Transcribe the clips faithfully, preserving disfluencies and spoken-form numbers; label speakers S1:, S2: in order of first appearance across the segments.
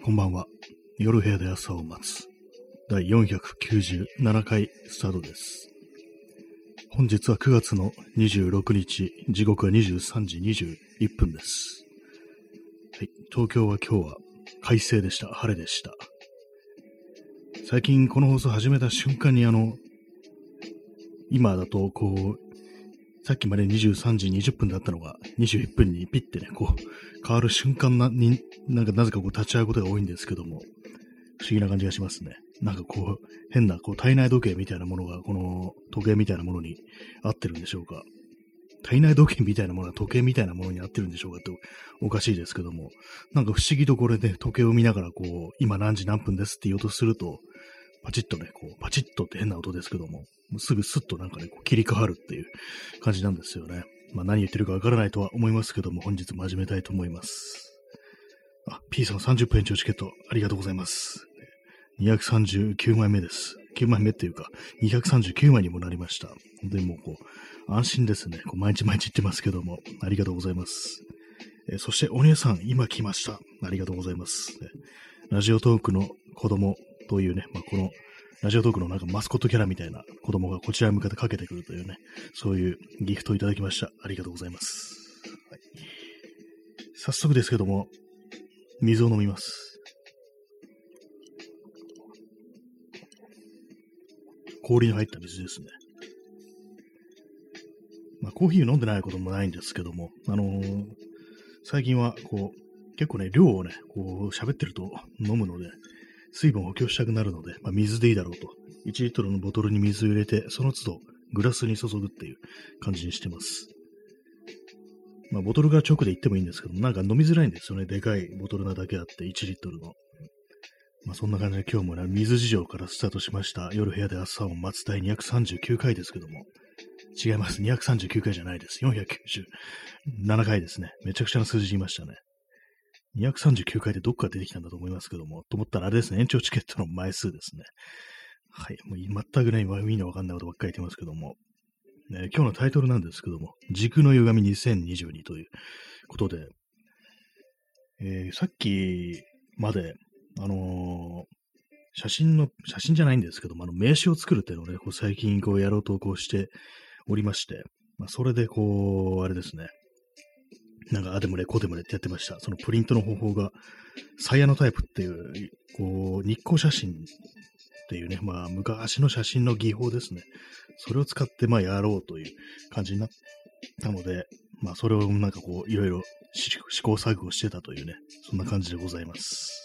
S1: こんばんは。夜部屋で朝を待つ。だいよんひゃくきゅうじゅうななかいスタートです。本日はくがつのにじゅうろくにち、時刻はにじゅうさんじにじゅういっぷんです。はい、東京は今日は快晴でした。晴れでした。最近この放送始めた瞬間にあの、今だとこう、さっきまでにじゅうさんじにじゅっぷんだったのがにじゅういっぷんにピッてね、こう、変わる瞬間なに、なんかなぜかこう立ち会うことが多いんですけども、不思議な感じがしますね。なんかこう、変なこう体内時計みたいなものが、この時計みたいなものに合ってるんでしょうか。体内時計みたいなものが時計みたいなものに合ってるんでしょうかっておかしいですけども、なんか不思議とこれで時計を見ながらこう、今何時何分ですって言おうとすると、パチッとね、こう、パチッとって変な音ですけども、もうすぐスッとなんかね、こう切り替わるっていう感じなんですよね。まあ何言ってるかわからないとは思いますけども、本日も始めたいと思います。あ、P さんさんじゅっぷん延長チケットありがとうございます。にひゃくさんじゅうきゅうまいめです。きゅうまいめっていうか、にひゃくさんじゅうきゅうまいにもなりました。本当にもうこう、安心ですね。こう毎日毎日言ってますけども、ありがとうございます。えーそして、お姉さん、今来ました。ありがとうございます。えラジオトークの子供というね、まあ、この、ラジオトークのなんかマスコットキャラみたいな子供がこちらに向かってかけてくるというね、そういうギフトをいただきました。ありがとうございます。はい、早速ですけども、水を飲みます。氷の入った水ですね。まあ、コーヒー飲んでないこともないんですけども、あのー最近はこう、結構ね、量をね、こう喋ってると飲むので、水分を補給したくなるので、まあ、水でいいだろうと。いちリットルのボトルに水を入れて、その都度グラスに注ぐっていう感じにしてます。まあ、ボトルが直で言ってもいいんですけども、なんか飲みづらいんですよね。でかいボトルなだけあって、いちリットルの。まあ、そんな感じで今日もね、水事情からスタートしました。夜部屋で朝を待つ第にひゃくさんじゅうきゅうかいですけども。違います。にひゃくさんじゅうきゅうかいじゃないです。よんひゃくきゅうじゅうななかいですね。めちゃくちゃな数字言いましたね。にひゃくさんじゅうきゅうかいでどっから出てきたんだと思いますけども、と思ったらあれですね、延長チケットの枚数ですね。はい。もう全くね、意味のわかんないことばっかり言ってますけども、ね、今日のタイトルなんですけども、時空の歪みにせんにじゅうにということで、えーさっきまで、あのー写真の、写真じゃないんですけども、あの名刺を作るっていうのをね、こう最近こうやろうとこうしておりまして、まあ、それでこう、あれですね、なんかあでもね、こうでもねってやってました。そのプリントの方法が、サイヤのタイプっていう、こう、日光写真っていうね、まあ、昔の写真の技法ですね。それを使って、まあ、やろうという感じになったので、まあ、それをなんかこう、いろいろ試行錯誤してたというね、そんな感じでございます。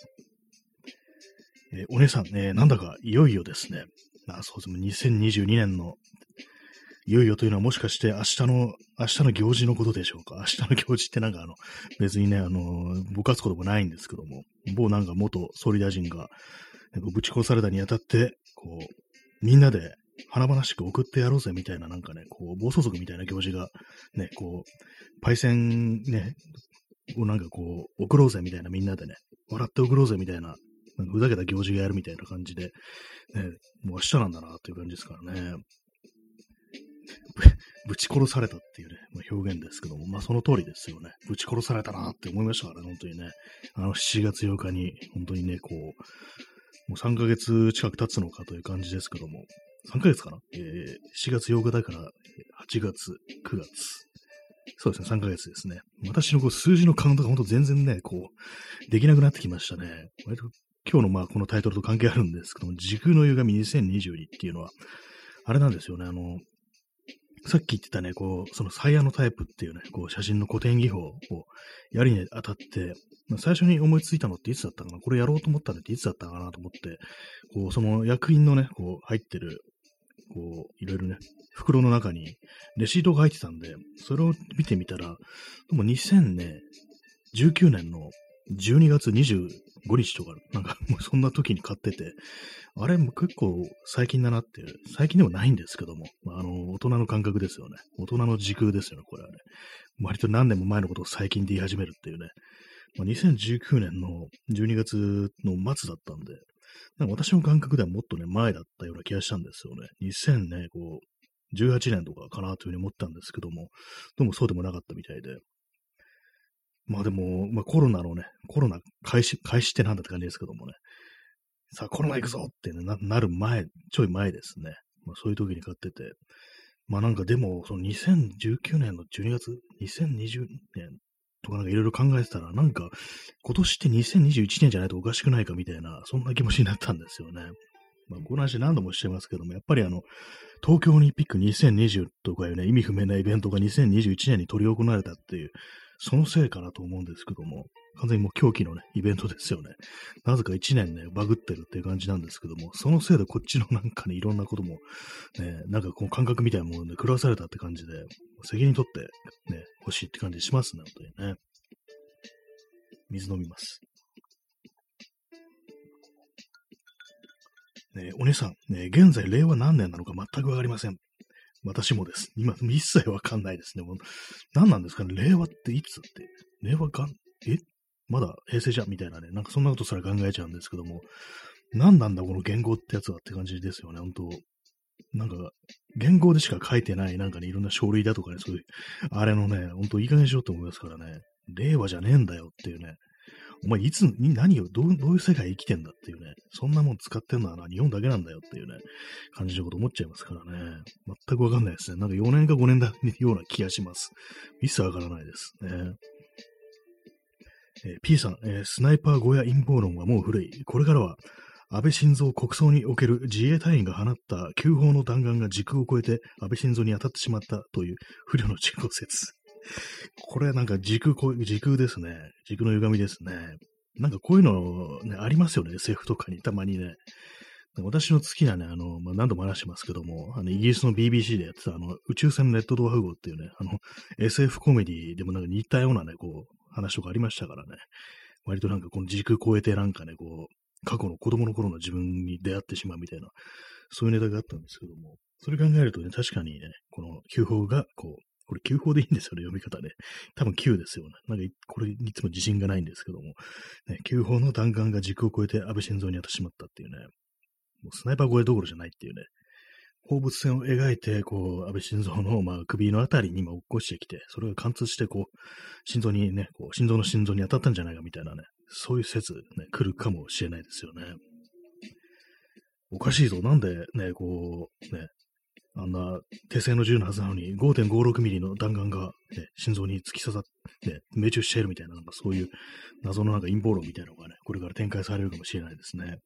S1: えーお姉さん、ね、なんだかいよいよですね。あ、そうですね、にせんにじゅうにねんのいよいよというのはもしかして明日の、明日の行事のことでしょうか。明日の行事ってなんかあの、別にね、あの、ぼかすこともないんですけども、某なんか元総理大臣が、なんかぶち殺されたにあたって、こう、みんなで華々しく送ってやろうぜみたいななんかね、こう、暴走族みたいな行事が、ね、こう、パイセンね、をなんかこう、送ろうぜみたいなみんなでね、笑って送ろうぜみたいな、なんかふざけた行事がやるみたいな感じで、ね、もう明日なんだなっていう感じですからね。ぶち殺されたっていうね、まあ、表現ですけども、まあその通りですよね。ぶち殺されたなって思いましたからね、本当にね。あのしちがつようかに、本当にね、こう、もうさんかげつ近く経つのかという感じですけども、さんかげつかな、えー、しちがつようかだから、はちがつ、くがつ。そうですね、さんかげつですね。私のこう数字のカウントが本当全然ね、こう、できなくなってきましたね。割と今日のまあこのタイトルと関係あるんですけども、時空の歪みにせんにじゅうにっていうのは、あれなんですよね、あの、さっき言ってたね、こう、そのサイヤのタイプっていうね、こう、写真の古典技法をやるにあたって、まあ、最初に思いついたのっていつだったかな、これやろうと思ったのっていつだったかなと思って、こう、その役員のね、こう、入ってる、こう、いろいろね、袋の中にレシートが入ってたんで、それを見てみたら、でもにせんじゅうきゅうねんのじゅうにがつにじゅうごにちとか、なんかもうそんな時に買ってて、あれも結構最近だなっていう、最近でもないんですけども、まあ、あの、大人の感覚ですよね。大人の時空ですよね、これはね。割と何年も前のことを最近で言い始めるっていうね。まあ、にせんじゅうきゅうねんのじゅうにがつの末だったんで、なんか私の感覚ではもっとね、前だったような気がしたんですよね。にせんね、こう、じゅうはちねんとかかなというふうに思ったんですけども、どうもそうでもなかったみたいで。 まあでも、まあコロナのね、コロナ開始、開始ってなんだって感じですけどもね。さあコロナ行くぞってね、な、なる前、ちょい前ですね。まあそういう時に買ってて。まあなんかでも、そのにせんじゅうきゅうねんのじゅうにがつ、にせんにじゅうねんとかなんかいろいろ考えてたら、なんか今年ってにせんにじゅういちねんじゃないとおかしくないかみたいな、そんな気持ちになったんですよね。まあこの話何度もしてますけども、やっぱりあの、東京オリンピックにせんにじゅうとかいうね、意味不明なイベントがにせんにじゅういちねんに執り行われたっていう、そのせいかなと思うんですけども、完全にもう狂気のね、イベントですよね。なぜかいちねんね、バグってるっていう感じなんですけども、そのせいでこっちのなんかね、いろんなことも、ね、なんかこう感覚みたいなもので狂わされたって感じで、責任取ってね、欲しいって感じしますね、本当にね。水飲みます。ね、お姉さん、ね、現在令和何年なのか全くわかりません。私もです。今、一切わかんないですね。もう何なんですかね。令和っていつって。令和がん、えまだ平成じゃんみたいなね。なんかそんなことすら考えちゃうんですけども。何なんだこの言語ってやつはって感じですよね。本当なんか、言語でしか書いてない、なんかね、いろんな書類だとかね、そういう、あれのね、ほんといい加減にしようと思いますからね。令和じゃねえんだよっていうね。お前いつに何をどう、どういう世界生きてんだっていうね、そんなもん使ってんのはな、日本だけなんだよっていうね、感じのこと思っちゃいますからね。全くわかんないですね。なんかよねんかごねんだような気がします。一切わからないですね。えー、P さん、えー、スナイパー小屋陰謀論はもう古い。これからは安倍晋三国葬における自衛隊員が放った急砲の弾丸が時空を超えて安倍晋三に当たってしまったという不慮の事故説。これなんか時空こ、時空ですね。時空の歪みですね。なんかこういうの、ね、ありますよね。エスエフ とかにたまにね。私の好きなね、あの、まあ、何度も話してますけども、あの、イギリスの ビービーシー でやってた、あの、宇宙船レッドドワーフ号っていうね、あの、エスエフ コメディでもなんか似たようなね、こう、話とかありましたからね。割となんかこの時空超えてなんかね、こう、過去の子供の頃の自分に出会ってしまうみたいな、そういうネタがあったんですけども、それ考えるとね、確かにね、この旧法が、こう、これ旧法でいいんですよね、読み方ね。多分旧ですよね。なんか、これいつも自信がないんですけども、ね、旧法の弾丸が時空を超えて安倍晋三に当たってしまったっていうね、もうスナイパー越えどころじゃないっていうね、放物線を描いて、こう、安倍晋三の、まあ、首のあたりに今落っこしてきて、それが貫通して、こう、心臓にね、こう、心臓の心臓に当たったんじゃないかみたいなね、そういう説、ね、来るかもしれないですよね。おかしいぞ。なんでね、こう、ね、あんな手製の銃のはずなのに ごてんごろくミリの弾丸が、ね、心臓に突き刺さって、命中しているみたいな、なんかそういう謎のなんか陰謀論みたいなのがね、これから展開されるかもしれないですね。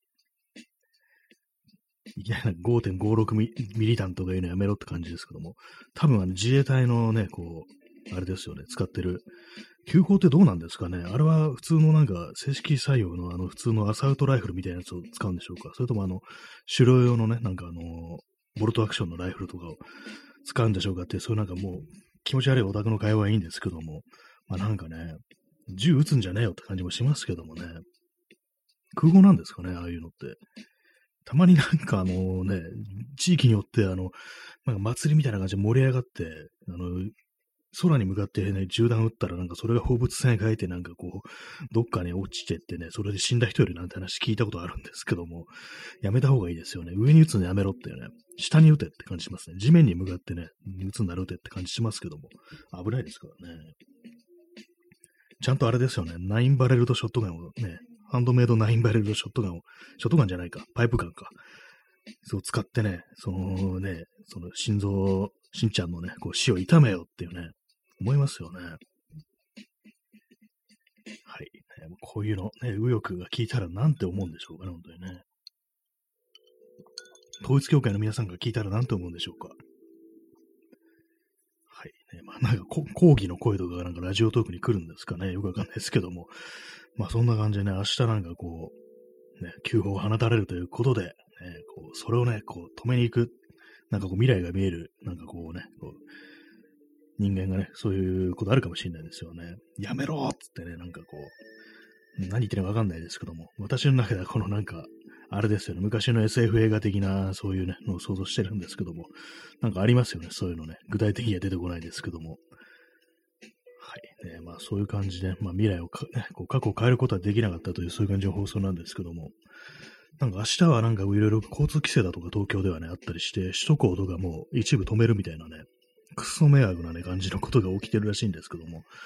S1: いきなり ごてんごろく ミリ弾とかいうのやめろって感じですけども、多分あの自衛隊のね、こう、あれですよね、使ってる急砲ってどうなんですかね。あれは普通のなんか正式採用のあの普通のアサルトライフルみたいなやつを使うんでしょうか。それともあの、狩猟用のね、なんかあの、ボルトアクションのライフルとかを使うんでしょうかって、そういうなんかもう気持ち悪いオタクの会話はいいんですけども、まあなんかね、銃撃つんじゃねえよって感じもしますけどもね。空砲なんですかね、ああいうのって。たまになんかあのね、地域によってあの、なんか祭りみたいな感じで盛り上がって、あの、空に向かってね、銃弾撃ったらなんかそれが放物線描いてなんかこう、どっかに落ちてってね、それで死んだ人いるなんて話聞いたことあるんですけども、やめた方がいいですよね。上に撃つのやめろっていうね、下に撃てって感じしますね。地面に向かってね、撃つんなら撃てって感じしますけども、危ないですからね。ちゃんとあれですよね、ナインバレルドショットガンをね、ハンドメイドナインバレルドショットガンを、ショットガンじゃないか、パイプガンか。そう使ってね、そのね、その心臓、しんちゃんのね、こう死を痛めよっていうね、思いますよね。はい。こういうの、ね、右翼が聞いたらなんて思うんでしょうかね、本当にね。統一教会の皆さんが聞いたらなんて思うんでしょうか。はい。ね、まあなんか抗議の声とかがなんかラジオトークに来るんですかね。よくわかんないですけども。まあそんな感じでね、明日なんかこう、ね、急報を放たれるということで、ね、こうそれをね、こう止めに行く、なんかこう未来が見える、なんかこうね、こう人間がね、そういうことあるかもしれないですよね。やめろっつってね、なんかこう、何言ってるかわかんないですけども、私の中ではこのなんか、あれですよね、昔の エスエフ 映画的な、そういうね、のを想像してるんですけども、なんかありますよね、そういうのね。具体的には出てこないですけども。はい。ね、まあそういう感じで、まあ未来をか、ね、こう過去を変えることはできなかったという、そういう感じの放送なんですけども、なんか明日はなんかいろいろ交通規制だとか東京ではね、あったりして、首都高とかもう一部止めるみたいなね、クソ迷惑なね、感じのことが起きてるらしいんですけども、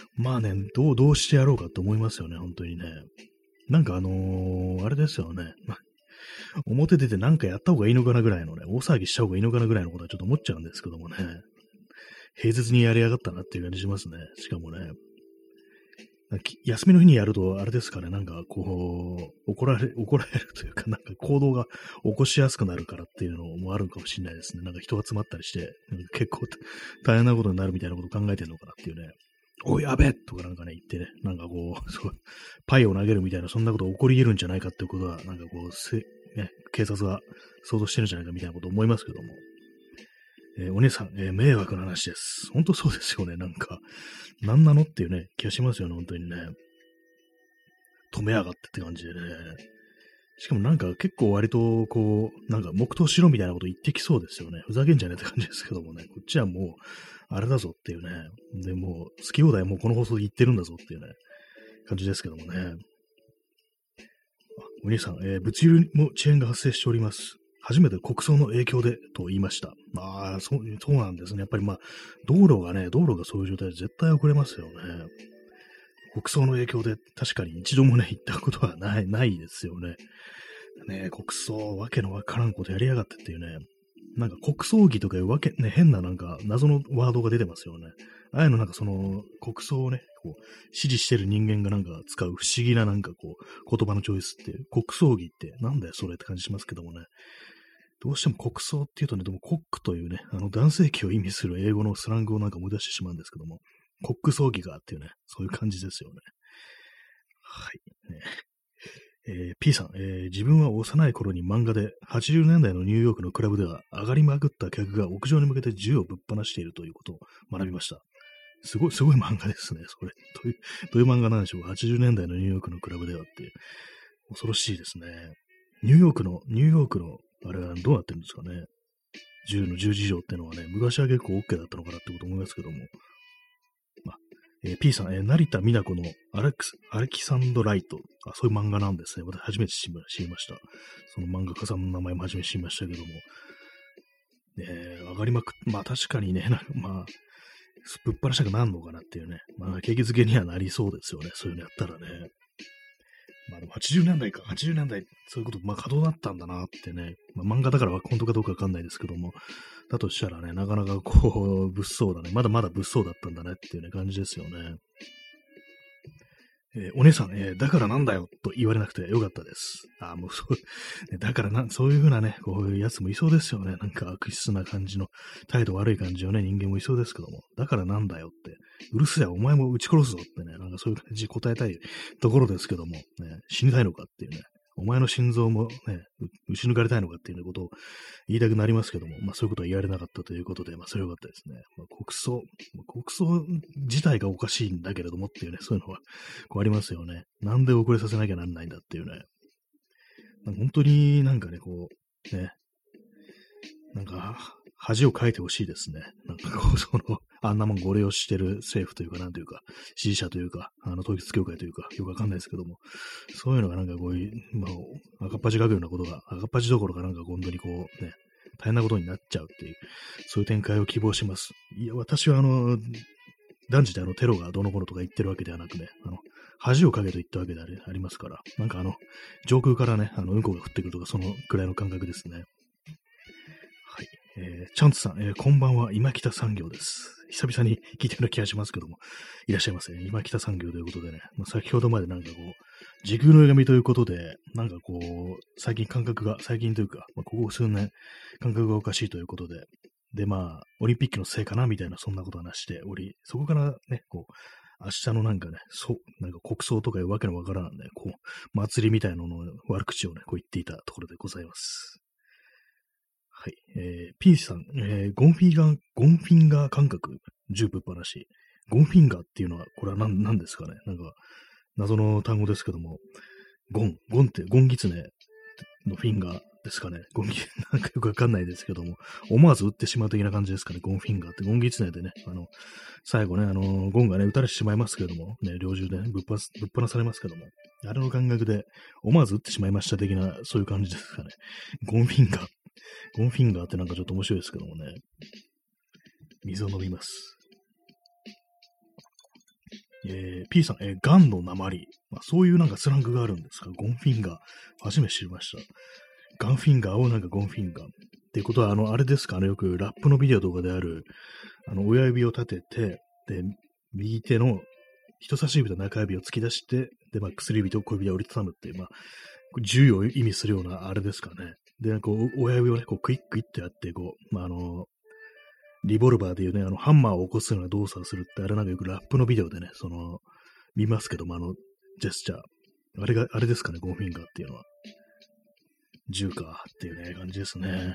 S1: まあね、どう、どうしてやろうかって思いますよね、本当にね。なんかあのーあれですよね。ま表出てなんかやった方がいいのかなぐらいのね、大騒ぎした方がいいのかなぐらいのことはちょっと思っちゃうんですけどもね。平日にやりやがったなっていう感じしますね。しかもね。なんかき休みの日にやると、あれですかね、なんかこう、怒られ、怒られるというか、なんか行動が起こしやすくなるからっていうのもあるかもしれないですね。なんか人が集まったりして、なんか結構大変なことになるみたいなことを考えてるのかなっていうね。おい、やべえとかなんかね、言ってね、なんかこう、そう、パイを投げるみたいな、そんなこと起こり得るんじゃないかっていうことは、なんかこう、せね、警察が想像してるんじゃないかみたいなことを思いますけども。えーお姉さん、えー迷惑な話です。本当そうですよね、なんか。何なのっていうね、気がしますよね、本当にね。止めやがってって感じでね。しかもなんか結構割と、こう、なんか黙祷しろみたいなこと言ってきそうですよね。ふざけんじゃねえって感じですけどもね。こっちはもう、あれだぞっていうね。で、もう、好き放題もうこの放送で言ってるんだぞっていうね、感じですけどもね。あお兄さん、えー物流も遅延が発生しております。初めて国葬の影響でと言いました。ああ、そう、そうなんですね。やっぱりまあ、道路がね、道路がそういう状態で絶対遅れますよね。国葬の影響で確かに一度もね、行ったことはない、ないですよね。ね、国葬、わけのわからんことやりやがってっていうね。なんか国葬儀とかいうわけ、ね、変ななんか謎のワードが出てますよね。ああいうのなんかその国葬をね、こう、支持してる人間がなんか使う不思議ななんかこう、言葉のチョイスって、国葬儀ってなんだよそれって感じしますけどもね。どうしても国葬っていうとね、でもコックというね、あの男性器を意味する英語のスラングをなんか思い出してしまうんですけども、コック葬儀がっていうね、そういう感じですよね。はい。ねえー P さん、えー自分は幼い頃に漫画ではちじゅうねんだいのニューヨークのクラブでは上がりまくった客が屋上に向けて銃をぶっ放しているということを学びました。すごい、すごい漫画ですね、それ。どういう、どういう漫画なんでしょうか。はちじゅうねんだいのニューヨークのクラブではっていう。恐ろしいですね。ニューヨークの、ニューヨークの、あれはどうなってるんですかね。銃の銃事情ってのはね、昔は結構 OK だったのかなってこと思いますけども。まあえー P さん、えー成田美奈子のアレクスアレキサンドライト。あ、そういう漫画なんですね。私初めて知りました。その漫画家さんの名前も初めて知りましたけども。ね、上がりまくっ、まあ確かにね、なんかまあ、ぶっ放したくなるのかなっていうね。まあ、景気づけにはなりそうですよね。そういうのやったらね。まあでもはちじゅうねんだいか、はちじゅうねんだい、そういうこと、まあ可能だったんだなってね。まあ漫画だから本当かどうかわかんないですけども。だとしたらね、なかなかこう、物騒だね。まだまだ物騒だったんだねっていうね、感じですよね。えーお姉さん、えーだからなんだよと言われなくてよかったです。あーもうそう、ねだからな、そういうふうなね、こういうやつもいそうですよね。なんか悪質な感じの、態度悪い感じのね、人間もいそうですけども。だからなんだよって。うるせえ、お前も撃ち殺すぞってね、なんかそういう感じで答えたいところですけども、ね、死にたいのかっていうね。お前の心臓もね、う撃ち抜かれたいのかっていうねことを言いたくなりますけども、まあそういうことは言われなかったということで、まあそれは良かったですね。まあ、国葬、まあ国葬自体がおかしいんだけれどもっていうね、そういうのはこうありますよね。なんで遅れさせなきゃなんないんだっていうね。なんか本当になんかね、こう、ね、なんか恥をかいてほしいですね。なんかこう、その、あんなもんご利用してる政府というか、なんというか、支持者というか、あの、統一教会というか、よくわかんないですけども、そういうのがなんかこういう、まあ、赤っ端書くようなことが、赤っ端どころかなんか本当にこう、ね、大変なことになっちゃうっていう、そういう展開を希望します。いや、私はあの、断じてあの、テロがどの頃とか言ってるわけではなくね、あの、恥をかけと言ったわけでありありますから、なんかあの、上空からね、あの、うんこが降ってくるとか、そのくらいの感覚ですね。はい。えー、チャンツさん、えーこんばんは、今北産業です。久々に聞いてるような気がしますけども、いらっしゃいませ。今北産業ということでね、まあ、先ほどまでなんかこう、時空の歪みということで、なんかこう、最近感覚が、最近というか、まあ、ここ数年、感覚がおかしいということで、で、まあ、オリンピックのせいかな、みたいな、そんなことを話しており、そこからね、こう、明日のなんかね、そう、なんか国葬とかいうわけのわからんね、こう、祭りみたいなのの悪口をね、こう言っていたところでございます。はい。えー、P さん、えー、ゴンフィンガー、ゴンフィンガー感覚、銃ぶっ放し。ゴンフィンガーっていうのは、これは何、何ですかね。なんか、謎の単語ですけども、ゴン、ゴンって、ゴンギツネのフィンガーですかね。ゴンギ、なんかよくわかんないですけども、思わず撃ってしまう的な感じですかね。ゴンフィンガーって、ゴンギツネでね、あの、最後ね、あの、ゴンがね、撃たれてしまいますけども、ね、猟銃でね、ぶっ放す、ぶっ放されますけども、あれの感覚で、思わず撃ってしまいました的な、そういう感じですかね。ゴンフィンガー。ゴンフィンガーってなんかちょっと面白いですけどもね。水を飲みます。 えー、P さん、えー、ガンの鉛。まあ、そういうなんかスラングがあるんですか？ゴンフィンガー。初めて知りました。ガンフィンガーをなんかゴンフィンガー。っていうことは、あの、あれですかね、よくラップのビデオとかである、あの、親指を立てて、で、右手の人差し指と中指を突き出して、で、まあ、薬指と小指で折りたたむっていう、まあ、銃を意味するようなあれですかね。で、こう、親指をね、こう、クイックイってやって、こう、まあ、あの、リボルバーでいうね、あの、ハンマーを起こすような動作をするって、あれなんかよくラップのビデオでね、その、見ますけども、あの、ジェスチャー。あれが、あれですかね、ゴンフィンガーっていうのは。銃かっていうね、感じですね。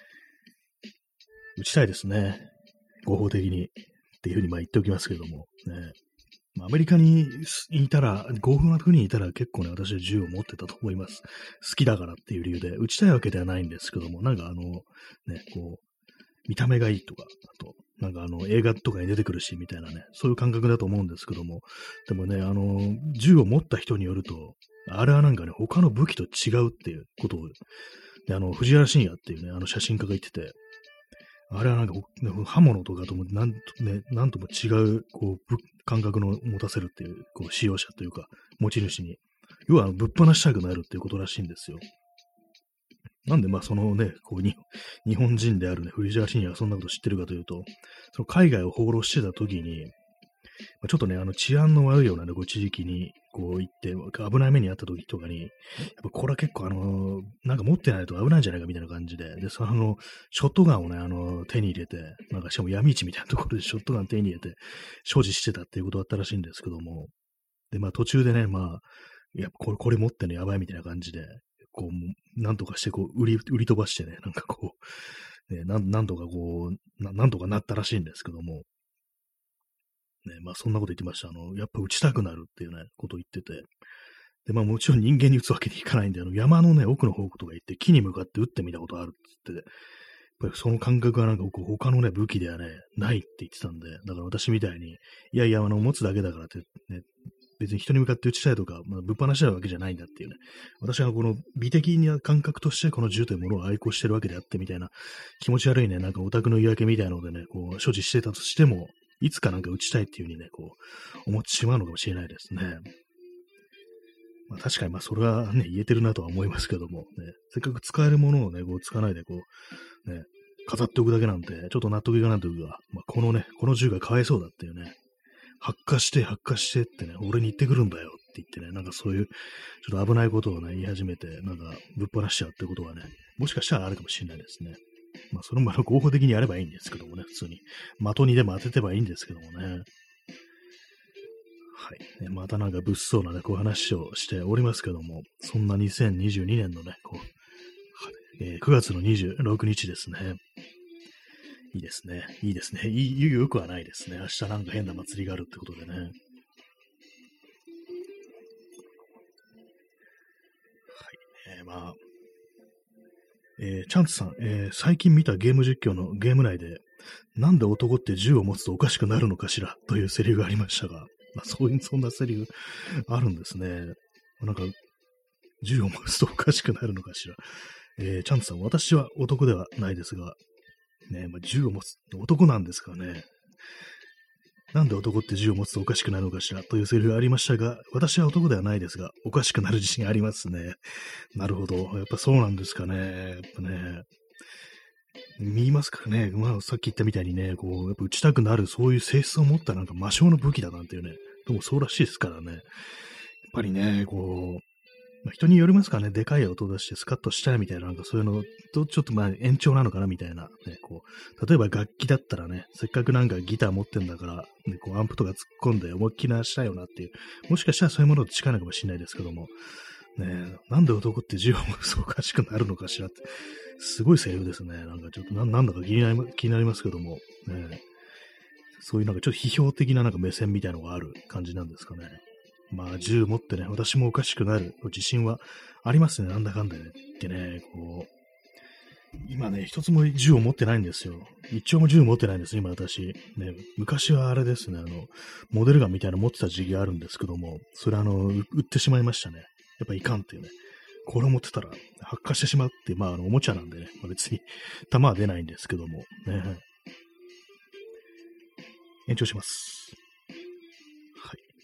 S1: 撃ちたいですね。合法的に。っていうふうにまあ言っておきますけども。ね。まあ、アメリカにいたら、合法な国にいたら結構ね、私は銃を持ってたと思います。好きだからっていう理由で、撃ちたいわけではないんですけども、なんかあの、ね、こう、見た目がいいとか、あと、なんかあの、映画とかに出てくるし、みたいなね、そういう感覚だと思うんですけども、でもね、あの、銃を持った人によると、あれはなんかね、他の武器と違うっていうことを、であの、藤原信也っていうね、あの写真家が言ってて、あれはなんか、刃物とかともなんと、ね、なんとも違う、こう、感覚の持たせるっていう、こう、使用者というか、持ち主に。要は、ぶっ放したくなるっていうことらしいんですよ。なんで、まあ、そのね、こうに、日本人であるね、藤原信也はそんなこと知ってるかというと、その海外を放浪してた時に、まあ、ちょっとね、あの治安の悪いようなね、こう地域にこう行って、危ない目に遭った時とかに、やっぱこれは結構あのーなんか持ってないと危ないんじゃないかみたいな感じで、で、そのあの、ショットガンをね、あのー手に入れて、なんかしかも闇市みたいなところでショットガン手に入れて、所持してたっていうことだったらしいんですけども、で、まあ途中でね、まあ、いや、これ、これ持ってんのやばいみたいな感じで、こう、なんとかしてこう、売り、売り飛ばしてね、なんかこう、ね、なん、なんとかこう、な、なんとかなったらしいんですけども、ね、まあそんなこと言ってました。あの、やっぱ撃ちたくなるっていうね、ことを言ってて。で、まあもちろん人間に撃つわけにいかないんで、あの山のね、奥の方とか行って木に向かって撃ってみたことあるって言ってて、やっぱりその感覚はなんか僕他のね、武器ではね、ないって言ってたんで、だから私みたいに、いやいや、あの、持つだけだからって、ね、別に人に向かって撃ちたいとか、まあ、ぶっ放したいわけじゃないんだっていうね。私はこの美的な感覚としてこの銃というものを愛好してるわけであってみたいな気持ち悪いね、なんかオタクの言い訳みたいなのでね、こう、所持してたとしても、いつかなんか撃ちたいっていう風にね、こう、思ってしまうのかもしれないですね。まあ、確かにまあそれはね、言えてるなとは思いますけども、ね、せっかく使えるものをね、こう使わないでこう、ね、飾っておくだけなんて、ちょっと納得いかないというか、まあ、このね、この銃がかわいそうだっていうね、発火して、発火してってね、俺に言ってくるんだよって言ってね、なんかそういう、ちょっと危ないことをね、言い始めて、なんかぶっ放しちゃうってことはね、もしかしたらあるかもしれないですね。まあ、それも合法的にやればいいんですけどもね、普通に。的にでも当ててばいいんですけどもね。はい。ね、またなんか物騒なね、こう話をしておりますけども、そんなにせんにじゅうにねんのね、こう、えーくがつのにじゅうろくにちですね。いいですね。いいですね。いい、よくはないですね。明日なんか変な祭りがあるってことでね。はい。えー、まあ、えーチャンツさん、えー最近見たゲーム実況のゲーム内で、なんで男って銃を持つとおかしくなるのかしらというセリフがありましたが、まあ、そういう、そんなセリフあるんですね。なんか、銃を持つとおかしくなるのかしら。えー、チャンツさん、私は男ではないですが、ね、まあ、銃を持つ、男なんですかね。なんで男って銃を持つとおかしくなるのかしらというセリフがありましたが、私は男ではないですが、おかしくなる自信ありますね。なるほど。やっぱそうなんですかね。やっぱね。見ますからね。まあ、さっき言ったみたいにね、こう、やっぱ撃ちたくなる、そういう性質を持ったなんか魔性の武器だなんていうね、どうもそうらしいですからね。やっぱりね、こう、まあ、人によりますからね、でかい音を出してスカッとしたいみたいな、なんかそういうのとちょっとまあ延長なのかなみたいな、ね、こう、例えば楽器だったらね、せっかくなんかギター持ってんだから、ね、こうアンプとか突っ込んで思いっきりなしたいよなっていう、もしかしたらそういうものと近いのかもしれないですけども、ね、なんで男って銃を持つとおかしくなるのかしらって、すごいセリフですね。なんかちょっとな、なんだか気になり気になりますけども、ね、そういうなんかちょっと批評的ななんか目線みたいなのがある感じなんですかね。まあ、銃持ってね、私もおかしくなる自信はありますね、なんだかんだね。ってね、こう、今ね、一つも銃を持ってないんですよ。一丁も銃持ってないんです、今私。ね、昔はあれですね、あの、モデルガンみたいなの持ってた時期があるんですけども、それあの、売ってしまいましたね。やっぱいかんっていうね。これを持ってたら発火してしまうって、まあ、あの、おもちゃなんでね、まあ、別に弾は出ないんですけども、ね。延長します。はい。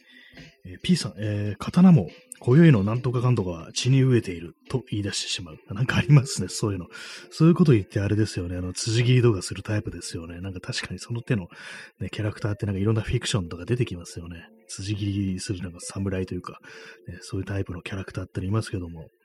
S1: えー P さん、えー刀も、今宵のなんとかかんとかは血に飢えていると言い出してしまう。なんかありますね、そういうの。そういうこと言ってあれですよね、あの、辻切りとかするタイプですよね。なんか確かにその手の、ね、キャラクターってなんかいろんなフィクションとか出てきますよね。辻切りするなんか侍というか、ね、そういうタイプのキャラクターっていますけども、ね、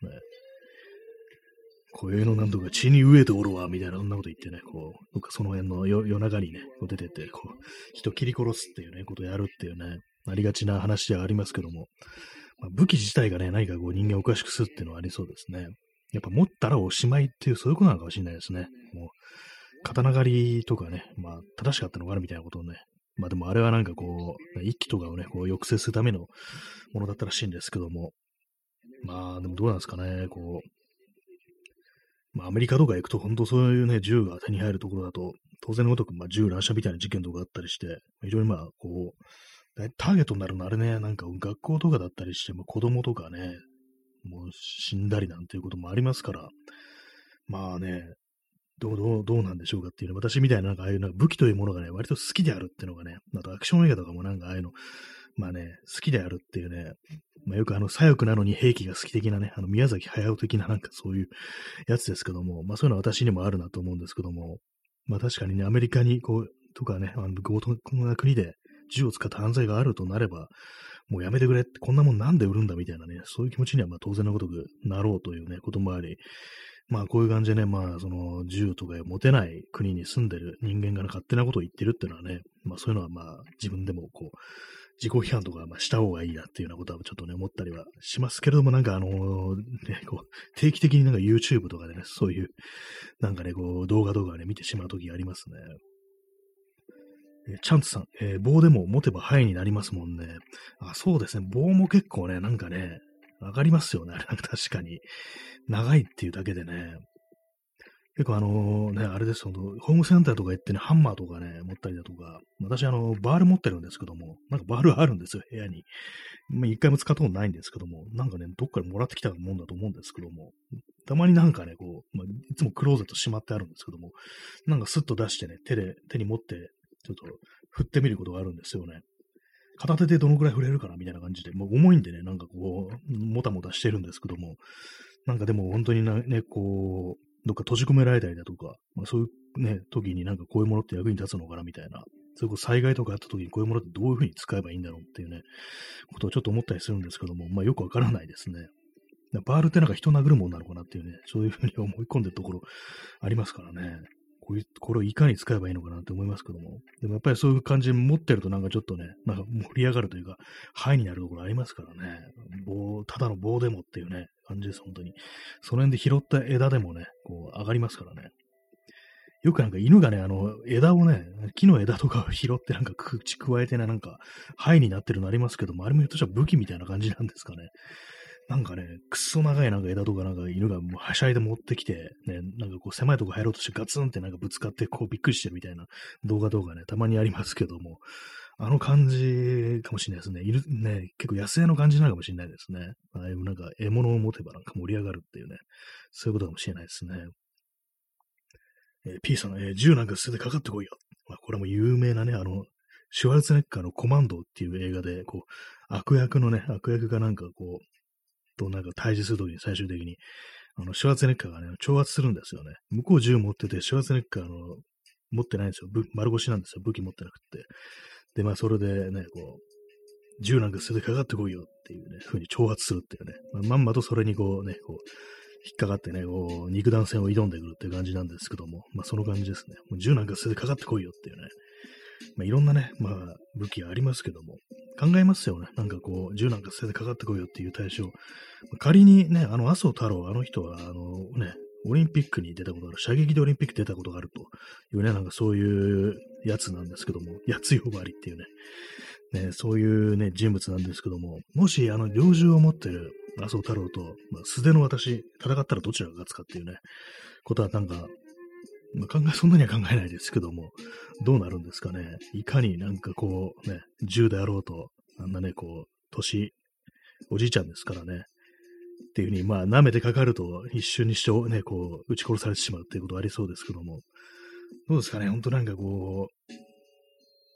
S1: 今宵のなんとか血に飢えておるわ、みたいな、そんなこと言ってね、こう、どっかその辺の夜夜中にね、こう出てって、こう、人切り殺すっていうね、ことをやるっていうね、ありがちな話ではありますけども、まあ、武器自体がね、何かこう人間をおかしくするっていうのはありそうですね。やっぱ持ったらおしまいっていう、そういうことなのかもしれないですね。もう、刀狩りとかね、まあ、正しかったのかなみたいなことをね、まあでもあれはなんかこう、一気とかをね、こう抑制するためのものだったらしいんですけども、まあでもどうなんですかね、こう、まあ、アメリカとか行くと、本当そういうね、銃が手に入るところだと、当然のごとく、まあ、銃乱射みたいな事件とかあったりして、非常にまあ、こう、ターゲットになるのあれね、なんか学校とかだったりして、も子供とかね、もう死んだりなんていうこともありますから、まあね、どう、どう、どうなんでしょうかっていうね、私みたいななんかああいうなんか武器というものがね、割と好きであるっていうのがね、あとアクション映画とかもなんかああいうの、まあね、好きであるっていうね、まあ、よくあの、左翼なのに兵器が好き的なね、あの、宮崎駿的ななんかそういうやつですけども、まあそういうのは私にもあるなと思うんですけども、まあ確かにね、アメリカにこう、とかね、あの、強盗な国で銃を使った犯罪があるとなれば、もうやめてくれって、こんなもんなんで売るんだみたいなね、そういう気持ちにはまあ当然のごとくなろうというね、こともあり、まあこういう感じでね、まあその銃とか持てない国に住んでる人間が勝手なことを言ってるっていうのはね、まあそういうのはまあ自分でもこう、自己批判とかまあした方がいいなっていうようなことはちょっとね、思ったりはしますけれども、なんかあのね、こう、定期的になんか YouTube とかでね、そういう、なんかね、こう、動画とかね、見てしまうときがありますね。えーチャンツさん、えー棒でも持てばハイになりますもんね。あ、そうですね、棒も結構ね、なんかね、上がりますよね、あれなんか確かに。長いっていうだけでね。結構あのね、あれです、ほんと、ホームセンターとか行ってね、ハンマーとかね、持ったりだとか、私あの、バール持ってるんですけども、なんかバールあるんですよ、部屋に。まあ、一回も使ったことないんですけども、なんかね、どっからもらってきたもんだと思うんですけども、たまになんかね、こう、まあ、いつもクローゼットしまってあるんですけども、なんかスッと出してね、手で、手に持って、ちょっと振ってみることがあるんですよね。片手でどのくらい振れるかなみたいな感じで、もう重いんでね、なんかこう、もたもたしてるんですけども、なんかでも本当になね、こう、どっか閉じ込められたりだとか、まあ、そういうね、時になんかこういうものって役に立つのかなみたいな、そういう災害とかあった時にこういうものってどういうふうに使えばいいんだろうっていうね、ことをちょっと思ったりするんですけども、まあよくわからないですね。バールってなんか人殴るもんなのかなっていうね、そういうふうに思い込んでるところありますからね。こういう、これをいかに使えばいいのかなって思いますけども。でもやっぱりそういう感じで持ってるとなんかちょっとね、なんか盛り上がるというか、ハイになるところありますからね。棒、ただの棒でもっていうね、感じです、本当に。その辺で拾った枝でもね、こう上がりますからね。よくなんか犬がね、あの、枝をね、木の枝とかを拾ってなんか口加えてね、なんか、ハイになってるのありますけども、あれもひょっとしたら武器みたいな感じなんですかね。なんかね、くっそ長いなんか枝とかなんか犬がもうはしゃいで持ってきて、ね、なんかこう狭いとこ入ろうとしてガツンってなんかぶつかってこうびっくりしてるみたいな動画とかね、たまにありますけども、あの感じかもしれないですね。いる、ね、結構野生の感じなのかもしれないですね。ああいうなんか獲物を持てばなんか盛り上がるっていうね、そういうことかもしれないですね。えー P さん、えー銃なんか捨ててかかってこいよ。まあ、これも有名なね、あの、シュワルツェネッカーのコマンドっていう映画で、こう、悪役のね、悪役がなんかこう、となんか対峙するときに最終的に、あの、シュワルツェネッカーがね、挑発するんですよね。向こう銃持ってて、シュワルツェネッカーの持ってないんですよ。ぶ丸腰なんですよ。武器持ってなくって。で、まあ、それでね、こう、銃なんか捨ててかかってこいよっていうね、風に挑発するっていうね、まあ、まんまとそれにこうね、こう、引っかかってね、こう、肉弾戦を挑んでくるっていう感じなんですけども、まあその感じですね。もう銃なんか捨ててかかってこいよっていうね。まあいろんなね、まあ武器ありますけども、考えますよね。なんかこう、銃なんか捨ててかかってこいよっていう対象。仮にね、あの麻生太郎、あの人は、あのね、オリンピックに出たことがある、射撃でオリンピック出たことがあるというね、なんかそういうやつなんですけども、やつ呼ばわりっていうね、ね、そういうね、人物なんですけども、もしあの猟銃を持ってる麻生太郎と、まあ、素手の私、戦ったらどちらが勝つかっていうね、ことはなんか、まあ、考え、そんなには考えないですけども、どうなるんですかね。いかになんかこう、ね、銃であろうと、あんなね、こう、年、おじいちゃんですからね、っていうふうに、まあ、舐めてかかると、一瞬にしてね、こう、撃ち殺されてしまうっていうことはありそうですけども、どうですかね、ほんとなんかこう、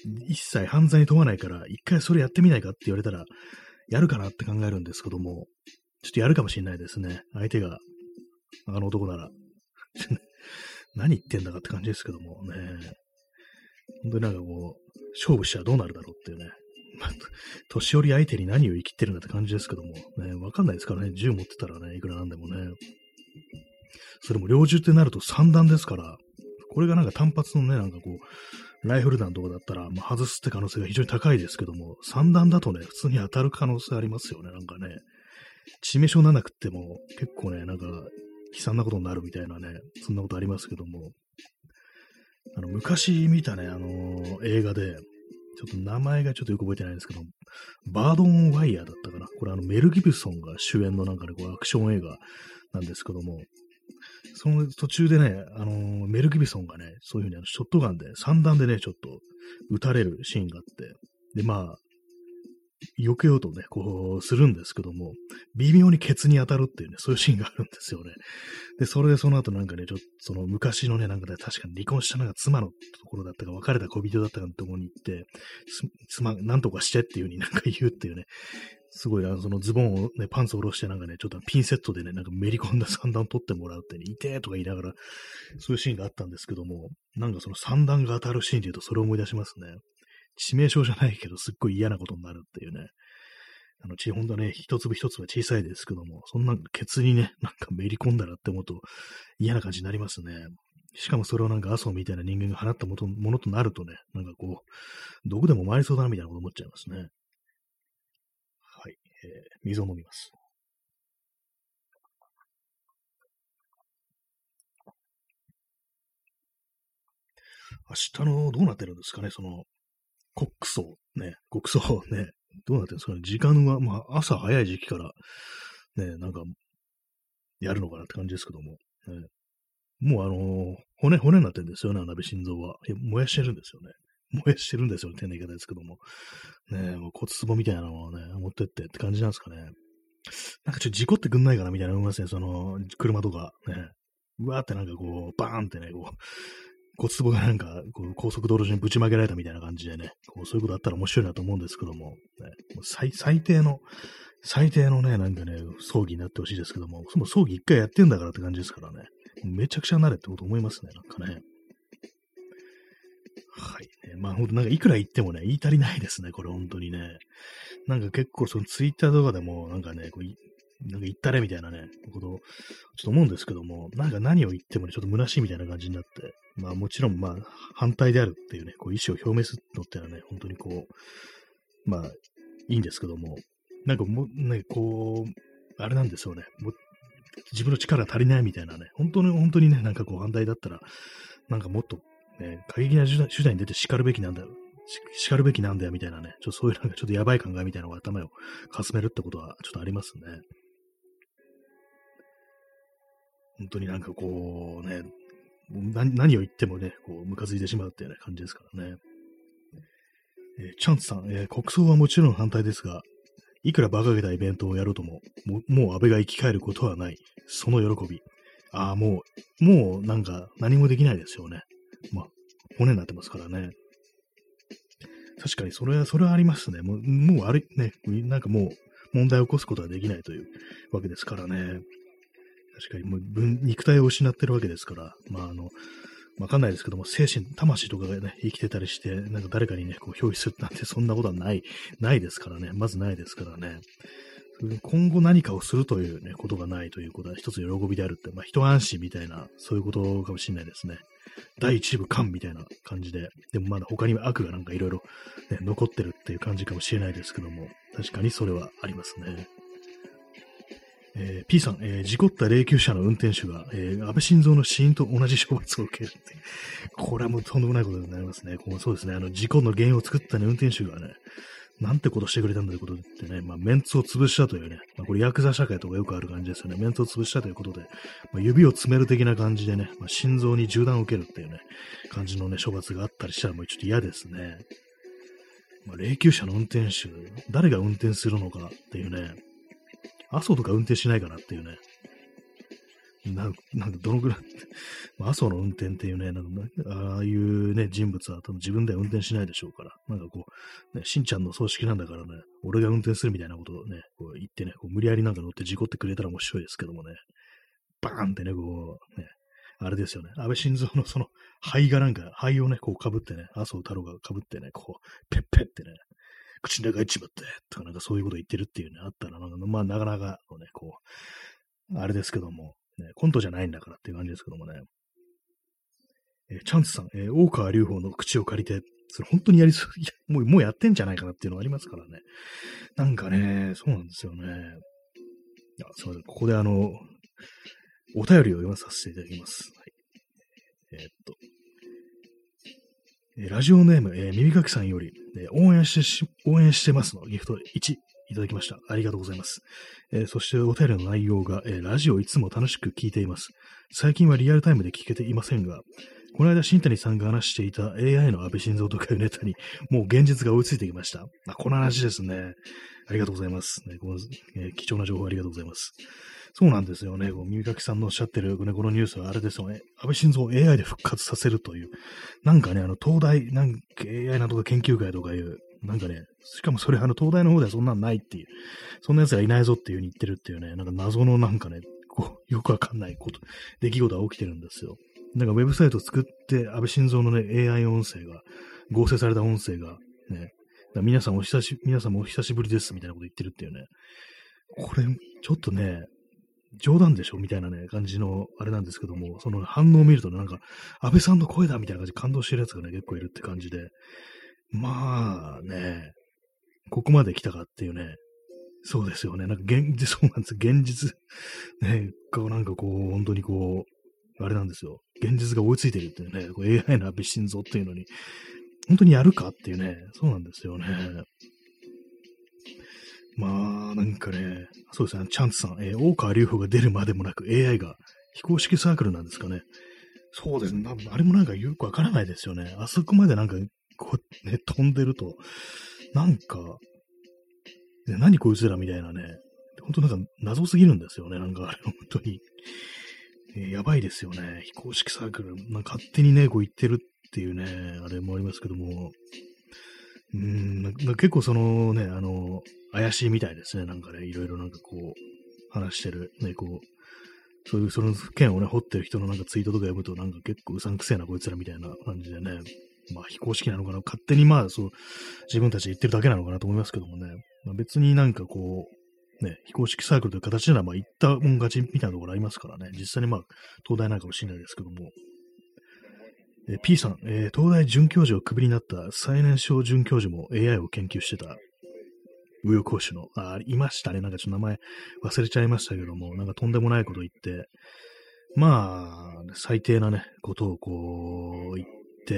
S1: 一切犯罪に問わないから、一回それやってみないかって言われたら、やるかなって考えるんですけども、ちょっとやるかもしれないですね。相手が、あの男なら。何言ってんだかって感じですけどもね。本当になんかこう、勝負しちゃどうなるだろうっていうね。年寄り相手に何を生きってるんだって感じですけども、ね、わかんないですからね。銃持ってたらね、いくらなんでもね。それも猟銃ってなると三段ですから、これがなんか単発のね、なんかこう、ライフル弾とかだったら、まあ、外すって可能性が非常に高いですけども、三段だとね、普通に当たる可能性ありますよね、なんかね。致命傷にならなくっても、結構ね、なんか、悲惨なことになるみたいなね、そんなことありますけども、あの、昔見たね、あのー映画で、ちょっと名前がちょっとよく覚えてないんですけど、バードン・ワイヤーだったかな。これあの、メル・ギブソンが主演のなんかね、こうアクション映画なんですけども、その途中でね、あのーメル・ギブソンがね、そういうふうにあのショットガンで、三段でね、ちょっと撃たれるシーンがあって、で、まあ、避けようとね、こう、するんですけども、微妙にケツに当たるっていうね、そういうシーンがあるんですよね。で、それでその後なんかね、ちょっと、その昔のね、なんかね、確かに離婚したなんか妻のところだったか、別れた恋人だったかのところに行って、つ妻、なんとかしてっていう風になんか言うっていうね、すごい、あの、そのズボンをね、パンツを下ろしてなんかね、ちょっとピンセットでね、なんかめり込んだ三段取ってもらうってね、いてーとか言いながら、そういうシーンがあったんですけども、なんかその三段が当たるシーンで言うとそれを思い出しますね。致命傷じゃないけど、すっごい嫌なことになるっていうね。あの、血、ほんとね、一粒一粒は小さいですけども、そんなんケツにね、なんかめり込んだらって思うと嫌な感じになりますね。しかもそれをなんか麻生みたいな人間が放ったもとものとなるとね、なんかこう、毒でも回りそうだなみたいなこと思っちゃいますね。はい。えー、水を飲みます。明日のどうなってるんですかね、その、コックソー、ね、国葬ね、どうなってるんですかね、時間は、まあ、朝早い時期から、ね、なんか、やるのかなって感じですけども、ね、もうあのー骨、骨になってるんですよね、安倍晋三は。え、燃やしてるんですよね。燃やしてるんですよね、手の言い方ですけども。ね、もう骨壺みたいなのをね、持ってってって感じなんですかね。なんかちょっと事故ってくんないかなみたいな思いますね、その、車とか、ね。うわーってなんかこう、バーンってね、こう、骨壺がなんか、こう、高速道路上にぶちまけられたみたいな感じでね、こうそういうことあったら面白いなと思うんですけども、ね、もう最、最低の、最低のね、なんかね、葬儀になってほしいですけども、その葬儀一回やってんだからって感じですからね、めちゃくちゃなれってこと思いますね、なんかね。はい。ね、まあ、ほんとなんかいくら言ってもね、言い足りないですね、これ本当にね。なんか結構そのツイッターとかでも、なんかね、こういなんか言ったれみたいなね、ことをちょっと思うんですけども、なんか何を言ってもね、ちょっと虚しいみたいな感じになって、まあもちろんまあ反対であるっていうね、こう意思を表明するのってのはね、本当にこう、まあいいんですけども、なんかもうね、こう、あれなんですよね、もう自分の力足りないみたいなね、本当に本当にね、なんかこう反対だったら、なんかもっとね、過激な手段手段に出て叱るべきなんだよ。し叱るべきなんだよみたいなね、ちょっとそういうなんかちょっとやばい考えみたいなのが頭をかすめるってことはちょっとありますね。本当になんかこうね、何何を言ってもね、こう、ムカついてしまうっていうような感じですからね。えーチャンツさん、えー国葬はもちろん反対ですが、いくら馬鹿げたイベントをやろうとも、もう、もう安倍が生き返ることはない。その喜び。ああ、もう、もうなんか何もできないですよね。まあ、骨になってますからね。確かにそれは、それはありますね。もう、もうあれ、ね、なんかもう問題を起こすことはできないというわけですからね。確かにもう分肉体を失ってるわけですから、まああの、わかんないですけども、精神、魂とかがね、生きてたりして、なんか誰かにね、こう、表示するなんてそんなことはない、ないですからね。まずないですからね。今後何かをするというね、ことがないということは一つ喜びであるって、まあ一安心みたいな、そういうことかもしれないですね。第一部完みたいな感じで、でもまだ他には悪がなんかいろいろ残ってるっていう感じかもしれないですけども、確かにそれはありますね。えー、P さん、えー事故った霊柩車の運転手が、えー安倍晋三の死因と同じ処罰を受けるって。これはもうとんでもないことになりますね。こうそうですね。あの、事故の原因を作ったね、運転手がね、なんてことしてくれたんだということでね、まあ、メンツを潰したというね、まあ、これヤクザ社会とかよくある感じですよね。メンツを潰したということで、まあ、指を詰める的な感じでね、まあ、心臓に銃弾を受けるっていうね、感じのね、処罰があったりしたらもうちょっと嫌ですね。まあ、霊柩車の運転手、誰が運転するのかっていうね、麻生とか運転しないかなっていうね、 な、なんかどのぐらい、麻生の運転っていうね、なんかああいうね、人物は多分自分では運転しないでしょうから、なんかこう、ね、しんちゃんの葬式なんだからね、俺が運転するみたいなことをね、こう言ってね、こう無理やりなんか乗って事故ってくれたら面白いですけどもね、バーンってね、こう、ね、あれですよね、安倍晋三のその灰がなんか、灰をね、こう被ってね、麻生太郎が被ってね、こう、ペッペッってね、口の中入っちまって、とかなんかそういうこと言ってるっていうね、あったら、なんかまあなかなかのね、こう、あれですけども、ね、コントじゃないんだからっていう感じですけどもね。えーチャンスさん、えー大川隆法の口を借りて、それ本当にやりそう、いやもう、もうやってんじゃないかなっていうのがありますからね。なんかね、そうなんですよね。いや、すみません。ここであの、お便りを読まさせていただきます。はい、えーっと、えーラジオネーム、えー耳かきさんより、えー応援してし、応援してますのギフトいちいただきました。ありがとうございます。えーそしてお便りの内容が、えーラジオいつも楽しく聞いています。最近はリアルタイムで聞けていませんが、この間、新谷さんが話していた エーアイ の安倍晋三とかいうネタに、もう現実が追いついてきました。あ、この話ですね。ありがとうございます。ね、このえー貴重な情報ありがとうございます。そうなんですよね。こう耳かきさんのおっしゃってる、ね、このニュースはあれですよね。安倍晋三を エーアイ で復活させるという。なんかね、あの、東大、なんか エーアイ なんとか研究会とかいう、なんかね、しかもそれあの、東大の方ではそんなんないっていう、そんな奴がいないぞっていう風に言ってるっていうね、なんか謎のなんかね、こう、よくわかんないこと、出来事が起きてるんですよ。なんかウェブサイトを作って、安倍晋三のね、エーアイ 音声が、合成された音声が、ね、だから皆さんお久し、皆さんもお久しぶりですみたいなこと言ってるっていうね。これ、ちょっとね、冗談でしょみたいなね、感じの、あれなんですけども、その反応を見ると、なんか、安倍さんの声だみたいな感じで感動してるやつがね、結構いるって感じで、まあね、ここまで来たかっていうね、そうですよね。なんか現実、そうなんです。現実、ね、がなんかこう、本当にこう、あれなんですよ。現実が追いついてるっていうね、こう エーアイ の安倍晋三っていうのに、本当にやるかっていうね、そうなんですよね。まあ、なんかね、そうですね、チャンツさん、えー大川隆法が出るまでもなく エーアイ が非公式サークルなんですかね。そうですね、あれもなんかよくわからないですよね。あそこまでなんか、こう、ね、飛んでると、なんか、ね、何こいつらみたいなね、本当なんか謎すぎるんですよね、なんかあれ、本当に。えーやばいですよね。非公式サークル、なんか勝手にね、こう言ってるっていうね、あれもありますけども、うーん、なんか結構そのね、あの、怪しいみたいですね。なんかね、いろいろなんかこう、話してる、ね、こう、そういうその剣をね、掘ってる人のなんかツイートとか読むと、なんか結構うさんくせえな、こいつらみたいな感じでね、まあ非公式なのかな、勝手にまあそう、自分たちで言ってるだけなのかなと思いますけどもね、まあ、別になんかこう、ね、非公式サークルという形なら、まあ言ったもん勝ちみたいなところありますからね、実際にまあ、東大なんかもしれないですけども、えー P さん、えー東大准教授をクビになった最年少准教授も エーアイ を研究してた。右翼講師の、あ、いましたね。なんかちょっと名前忘れちゃいましたけども、なんかとんでもないこと言って、まあ、最低なね、ことをこう言って、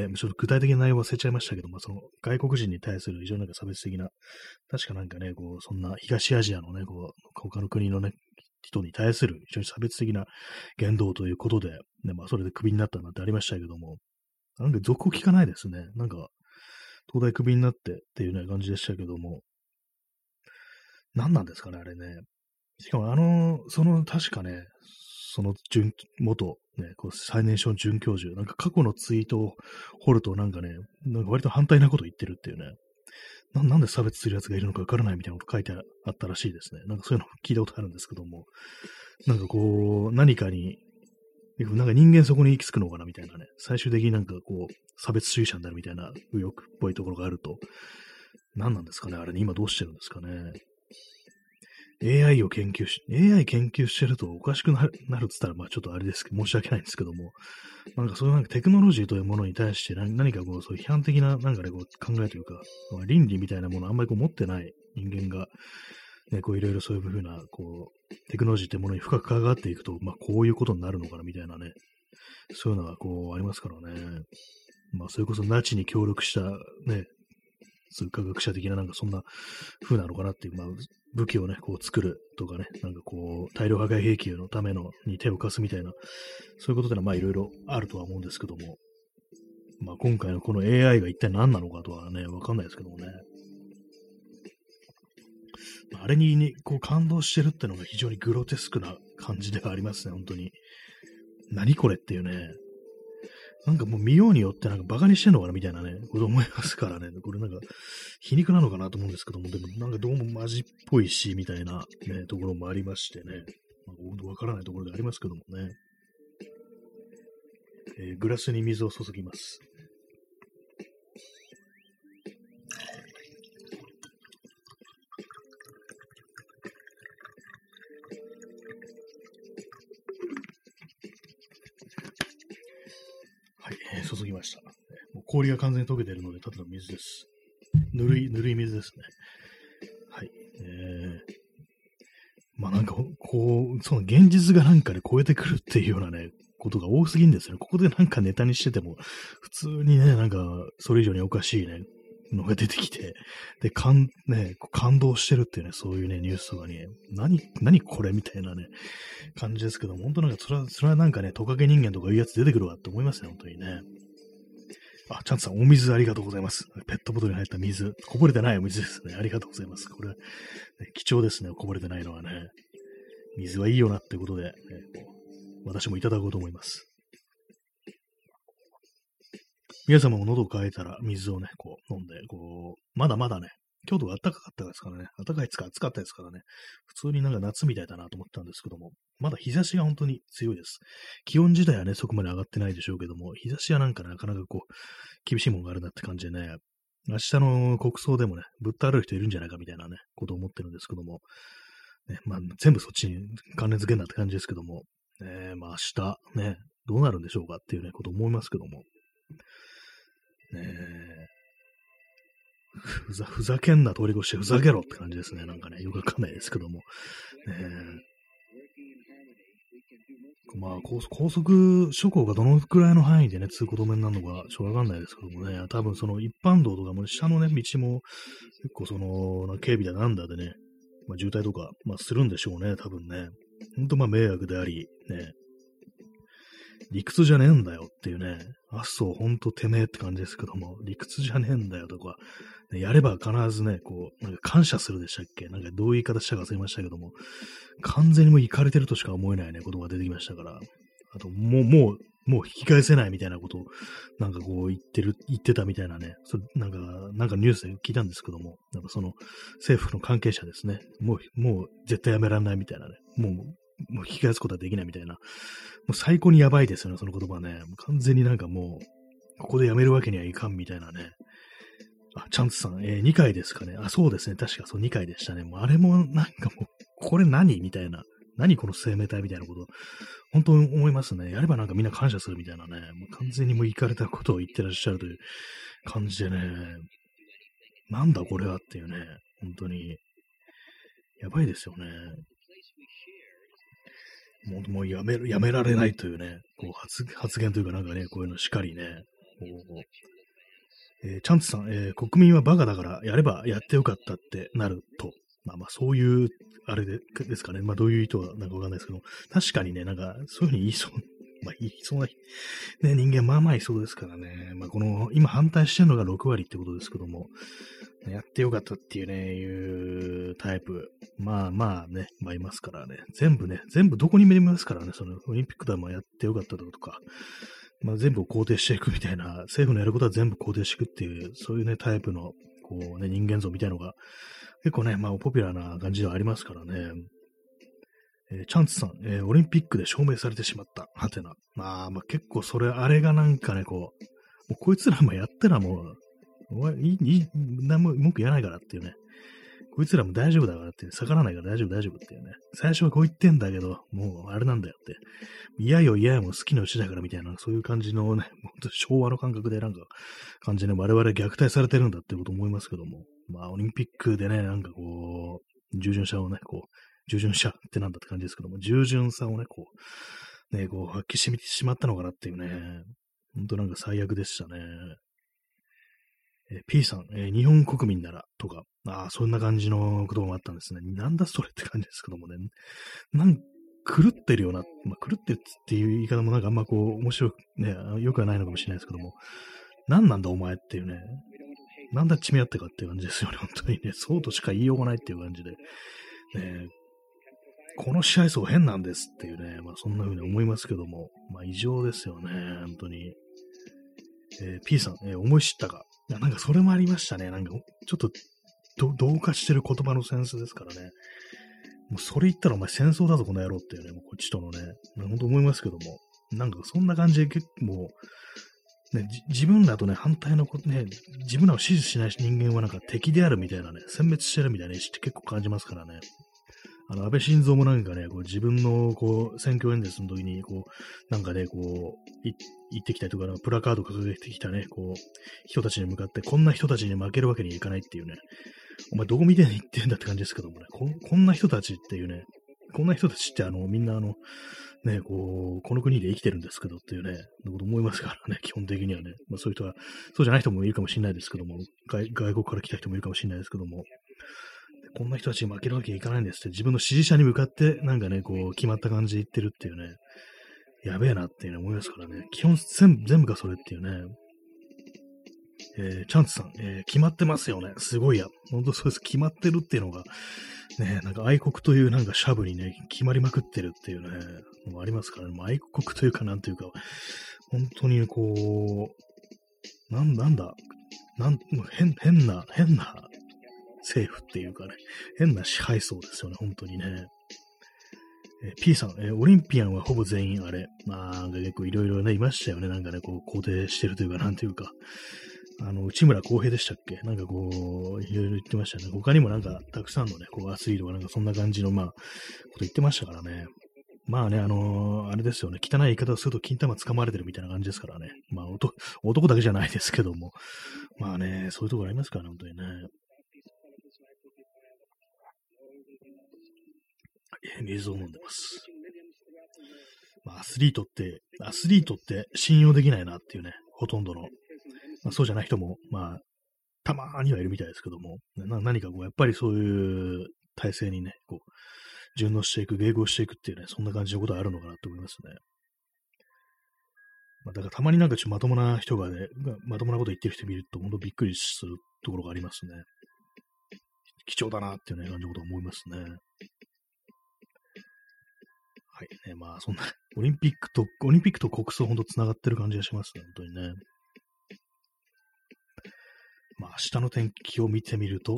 S1: ちょっと具体的な内容忘れちゃいましたけども、その外国人に対する非常になんか差別的な、確かなんかね、こう、そんな東アジアのね、こう、他の国のね、人に対する非常に差別的な言動ということで、ね、まあ、それでクビになったなんてありましたけども、なんで続報聞かないですね。なんか、東大クビになってっていうね、感じでしたけども、何なんですかね、あれね。しかも、あの、その、確かね、その、準、元、ね、こう最年少准教授、なんか過去のツイートを掘ると、なんかね、なんか割と反対なこと言ってるっていうね、ななんで差別する奴がいるのかわからないみたいなこと書いてあったらしいですね。なんかそういうの聞いたことあるんですけども、なんかこう、何かに、なんか人間そこに行き着くのかなみたいなね、最終的になんかこう、差別主義者になるみたいな右翼っぽいところがあると、何なんですかね、あれね、今どうしてるんですかね。エーアイ を研究し、エーアイ 研究してるとおかしくなる、なるって言ったら、まあちょっとあれですけど、申し訳ないんですけども、なんかそういうなんかテクノロジーというものに対して何何かこう、そういう批判的ななんかね、こう考えというか、まあ倫理みたいなものをあんまりこう持ってない人間が、ね、こういろいろそういうふうな、こう、テクノロジーってものに深く関わっていくと、まあこういうことになるのかなみたいなね、そういうのがこうありますからね。まあそれこそナチに協力したね、そういう科学者的ななんかそんな風なのかなっていう、まあ武器をね、こう作るとかね、なんかこう、大量破壊兵器のためのに手を貸すみたいな、そういうことってのはまあいろいろあるとは思うんですけども、まあ今回のこの エーアイ が一体何なのかとはね、わかんないですけどもね。あれに、ね、こう感動してるってのが非常にグロテスクな感じではありますね、本当に。何これっていうね。なんかもう見ようによってなんかバカにしてんのかなみたいなね、こと思いますからね。これなんか皮肉なのかなと思うんですけども、でもなんかどうもマジっぽいし、みたいなね、ところもありましてね。まあ、わからないところでありますけどもね。えー、グラスに水を注ぎます。はい、えー、注ぎました。もう氷が完全に溶けているので、ただの水です。ぬるい、ぬるい水ですね。はい。えー、まあなんか、こう、その現実がなんかで、ね、超えてくるっていうようなね、ことが多すぎんですよね。ここでなんかネタにしてても、普通にね、なんか、それ以上におかしいね、のが出てきて、で、感、ね、感動してるっていうね、そういうね、ニュースとかに、ね、何、何これみたいなね、感じですけども、本当なんか、それは、それはなんかね、トカゲ人間とかいうやつ出てくるわって思いますね、本当にね。あ、チャンツさん、お水ありがとうございます。ペットボトルに入った水、こぼれてないお水ですね。ありがとうございます。これ、ね、貴重ですね、こぼれてないのはね。水はいいよなってことで、ね、こう私もいただこうと思います。皆様も喉を渇いたら水をね、こう飲んで、こう、まだまだね、京都が暖かかったですからね、暖かいですか暑かったですからね、普通になんか夏みたいだなと思ったんですけども、まだ日差しが本当に強いです。気温自体はね、そこまで上がってないでしょうけども、日差しはなんかなかなかこう、厳しいものがあるなって感じでね、明日の国葬でもね、ぶった歩る人いるんじゃないかみたいなね、ことを思ってるんですけども、ね、まあ、全部そっちに関連付けんなって感じですけども、ね、まあ明日ね、どうなるんでしょうかっていうね、ことを思いますけども、ね、ふざ、ふざけんな通り越してふざけろって感じですね。なんかね、よくわかんないですけども。ね、まあ高、高速諸行がどのくらいの範囲でね、通行止めになるのか、ちょっとわかんないですけどもね、多分その一般道とかも、下のね、道も、結構その、警備だなんだでね、まあ、渋滞とか、まあ、するんでしょうね、多分ね。ほんとまあ迷惑であり、ね、理屈じゃねえんだよっていうね、あっそう、ほんとてめえって感じですけども、理屈じゃねえんだよとか、ね、やれば必ずね、こう、なんか感謝するでしたっけなんかどういう言い方したか忘れましたけども、完全にもう行かれてるとしか思えないね、ことが出てきましたから、あと、もう、もう、もう引き返せないみたいなことを、なんかこう言ってる、言ってたみたいなね、それなんか、なんかニュースで聞いたんですけども、なんかその政府の関係者ですね、もう、もう絶対やめられないみたいなね、もう、もう引き返すことはできないみたいな、もう最高にやばいですよね、その言葉ね。もう完全になんかもう、ここでやめるわけにはいかんみたいなね。あ、チャンツさん、えー、にかいですかね。あ、そうですね。確かそうにかいでしたね。もうあれもなんかもう、これ何みたいな。何この生命体みたいなこと、本当に思いますね。やればなんかみんな感謝するみたいなね。もう完全にもう行かれたことを言ってらっしゃるという感じでね。なんだこれはっていうね。本当に。やばいですよね。もう、もうやめる、やめられないというね、こう発発言というかなんかね、こういうのしかりね。こうえー、チャンツさん、えー、国民はバカだからやればやってよかったってなると。まあまあそういう、あれでですかね。まあどういう意図はなんかわかんないですけど、確かにね、なんかそういうふうに言いそう、まあ言いそうな、ね、人間まあまあいそうですからね。まあこの、今反対してるのがろく割ってことですけども、やってよかったっていうね、いうタイプ。まあまあね、まあいますからね。全部ね、全部どこにもいますからね、そのオリンピックでもやってよかったとか、まあ全部を肯定していくみたいな、政府のやることは全部肯定していくっていう、そういうね、タイプの、こうね、人間像みたいのが、結構ね、まあポピュラーな感じではありますからね。えー、チャンツさん、えー、オリンピックで証明されてしまった。はてな。まあまあ結構それ、あれがなんかね、こう、もうこいつらもやったらもう、お前、いい、いい、何も文句言わないからっていうね。こいつらも大丈夫だからっていう、逆らわないから大丈夫、大丈夫っていうね。最初はこう言ってんだけど、もうあれなんだよって。嫌よ嫌よも好きのうちだからみたいな、そういう感じのね、もっと昭和の感覚でなんか、感じで我々虐待されてるんだってこと思いますけども。まあ、オリンピックでね、なんかこう、従順者をね、こう、従順者ってなんだって感じですけども、従順さをね、こう、ね、こう、発揮してみてしまったのかなっていうね、ほんとなんか最悪でしたね。えー、P さん、えー、日本国民ならとか、ああ、そんな感じの言葉もあったんですね。なんだそれって感じですけどもね。なん狂ってるような、まあ、狂ってるっていう言い方もなんかあんまこう、面白くね、よくはないのかもしれないですけども、何なんだお前っていうね、なんだちめやってかっていう感じですよね、本当にね。そうとしか言いようがないっていう感じで。ね、 この支配層変なんですっていうね、まあそんな風に思いますけども、まあ異常ですよね、本当に。えー、P さん、えー思い知ったか。いや、なんかそれもありましたね。なんか、ちょっと、ど同化してる言葉のセンスですからね。もうそれ言ったらお前戦争だぞ、この野郎っていうね、もうこっちとのね、本当思いますけども。なんかそんな感じで結構もう、ね、自分らとね、反対のことね、自分らを支持しない人間はなんか敵であるみたいなね、殲滅してるみたいな意識って結構感じますからね。あの、安倍晋三もなんかね、こう自分のこう選挙演説の時に、こう、なんかね、こう、い言ってきたりとか、プラカード掲げてきたね、こう、人たちに向かって、こんな人たちに負けるわけにいかないっていうね、お前どこ見て言ってんだって感じですけどもね、ここんな人たちっていうね、こんな人たちってあの、みんなあの、ね、こう、この国で生きてるんですけどっていうね、のこと思いますからね、基本的にはね。まあそういう人は、そうじゃない人もいるかもしれないですけども、外外国から来た人もいるかもしれないですけども、こんな人たちに負けるわけにいかないんですって、自分の支持者に向かって、なんかね、こう、決まった感じで言ってるっていうね、やべえなっていうね、思いますからね。基本全部、全部がそれっていうね。えー、チャンツさん、えー決まってますよね。すごいや。本当そうです。決まってるっていうのが、ね、なんか愛国というなんかシャブにね、決まりまくってるっていうね、のもありますからね。まあ、愛国というかなんというか、本当にこう、なん、なんだ、なん、変、変な、変な政府っていうかね、変な支配層ですよね、本当にね。えー P さん、えーオリンピアンはほぼ全員あれ。まあ、なんか結構いろいろね、いましたよね。なんかね、こう、肯定してるというか、なんというか。あの、内村航平でしたっけなんかこう、いろいろ言ってましたね。他にもなんか、たくさんのね、こう、アスリートがなんかそんな感じの、まあ、こと言ってましたからね。まあね、あのーあれですよね。汚い言い方をすると金玉掴まれてるみたいな感じですからね。まあ、男男だけじゃないですけども。まあね、そういうところありますからね、本当にね。え水を飲んでます。まあ、アスリートって、アスリートって信用できないなっていうね、ほとんどの。まあ、そうじゃない人も、まあ、たまーにはいるみたいですけども、な何かこう、やっぱりそういう体制にね、こう、順応していく、迎合していくっていうね、そんな感じのことはあるのかなと思いますね。まあ、だからたまになんかちょっとまともな人がね、がまともなこと言ってる人見ると、本当びっくりするところがありますね。貴重だなっていうね、感じのことを思いますね。はい。ね、まあ、そんな、オリンピックと、オリンピックと国葬ほんと繋がってる感じがしますね、本当にね。まあ、明日の天気を見てみると、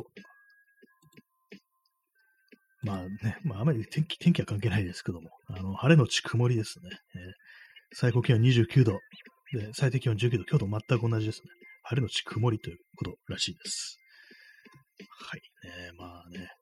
S1: まあね、まあ、あまり天気、天気は関係ないですけども、あの、晴れのち曇りですね。えー最高気温にじゅうきゅうど、で、最低気温じゅうきゅうど、今日と全く同じですね。晴れのち曇りということらしいです。はい。ね、まあね、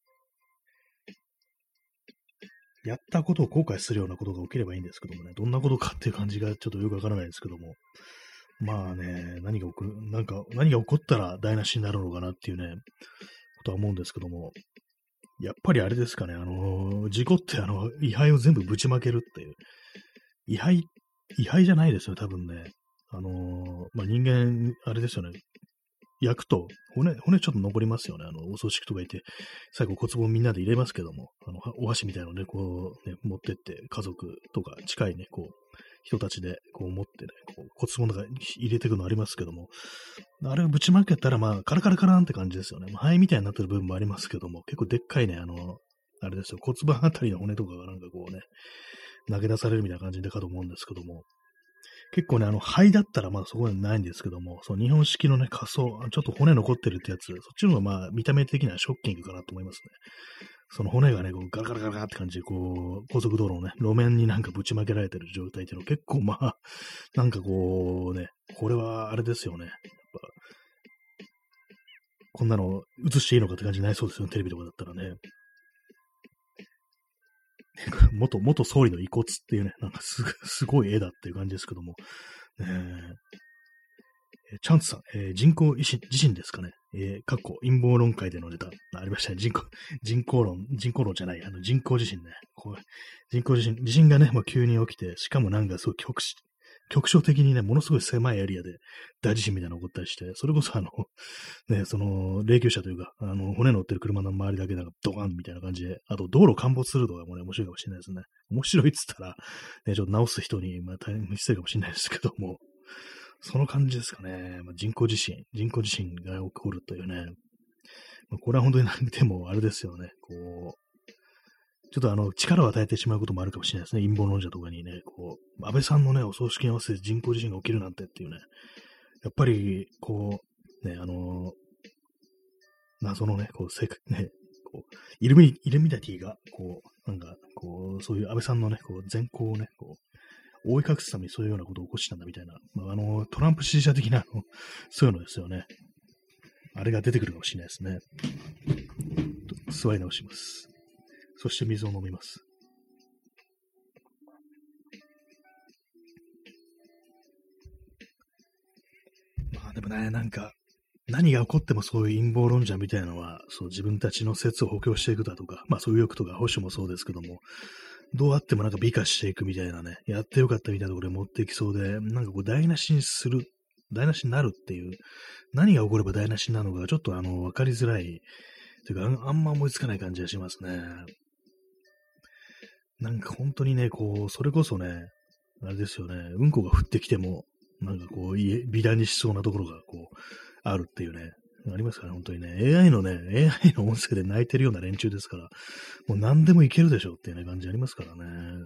S1: やったことを後悔するようなことが起きればいいんですけどもね、どんなことかっていう感じがちょっとよくわからないですけども、まあね、何が起こる、なんか、何が起こったら台無しになるのかなっていうね、ことは思うんですけども、やっぱりあれですかね、あのー事故ってあの、位牌を全部ぶちまけるっていう、位牌、位牌じゃないですよ、多分ね。あのーまあ、人間、あれですよね、焼くと骨、骨ちょっと残りますよね。あの、お葬式とかいて、最後骨壺みんなで入れますけども、あの、お箸みたいなのね、こう、ね、持ってって、家族とか近いね、こう、人たちで、こう持ってね、こう骨壺の中に入れていくのありますけども、あれをぶちまけたら、まあ、カラカラカランって感じですよね。まあ、灰みたいになってる部分もありますけども、結構でっかいね、あの、あれですよ、骨盤あたりの骨とかがなんかこうね、投げ出されるみたいな感じでかと思うんですけども、結構ね、あの、灰だったらまだそこにないんですけども、その日本式のね、仮装、ちょっと骨残ってるってやつ、そっちの方がまあ、見た目的にはショッキングかなと思いますね。その骨がね、こうガラガラガラガラって感じで、こう、高速道路のね、路面になんかぶちまけられてる状態っていうのは結構まあ、なんかこうね、これはあれですよね。やっぱこんなの映していいのかって感じになりそうですよね、テレビとかだったらね。元、元総理の遺骨っていうね、なんかす、すごい絵だっていう感じですけども、ねえーチャンツさん、えー人工維新地震ですかね。えー、過去陰謀論会でのネタ、ありましたね。人工、人工論、人工論じゃない、あの人工地震ね。こう人工地震、地震がね、もう急に起きて、しかもなんかすごい局地、局所的にね、ものすごい狭いエリアで大地震みたいなのが起こったりして、それこそあの、ね、その、霊柩車というか、あの、骨乗ってる車の周りだけなんかドカンみたいな感じで、あと道路陥没するとかもね、面白いかもしれないですね。面白いっつったら、ね、ちょっと直す人に、まあ大変失礼かもしれないですけども、その感じですかね。まあ、人工地震、人工地震が起こるというね。まあ、これは本当に何でもあれですよね。こう、 ちょっとあの、力を与えてしまうこともあるかもしれないですね。陰謀論者とかにね、こう、安倍さんのね、お葬式に合わせて人工地震が起きるなんてっていうね、やっぱり、こう、ね、あのー謎のね、こう、せか、ね、こう、イルミ、イルミナティが、こう、なんか、こう、そういう安倍さんのね、こう、善行をね、こう、覆い隠すためにそういうようなことを起こしたんだみたいな、まあ、あの、トランプ支持者的な、あのそういうのですよね。あれが出てくるかもしれないですね。座り直します。そして水を飲みます。まあでもね、なんか、何が起こってもそういう陰謀論者みたいなのは、そう自分たちの説を補強していくだとか、まあそういう欲とか保守もそうですけども、どうあってもなんか美化していくみたいなね、やってよかったみたいなところで持っていきそうで、なんかこう台無しにする、台無しになるっていう、何が起これば台無しになるのか、ちょっとあの、わかりづらい、というかあ、あんま思いつかない感じがしますね。なんか本当にね、こう、それこそね、あれですよね、うんこが降ってきても、なんかこう、家美談にしそうなところが、こう、あるっていうね、ありますからね、本当にね、エーアイ のね、エーアイ の音声で泣いてるような連中ですから、もう何でもいけるでしょうっていうね、感じありますからね。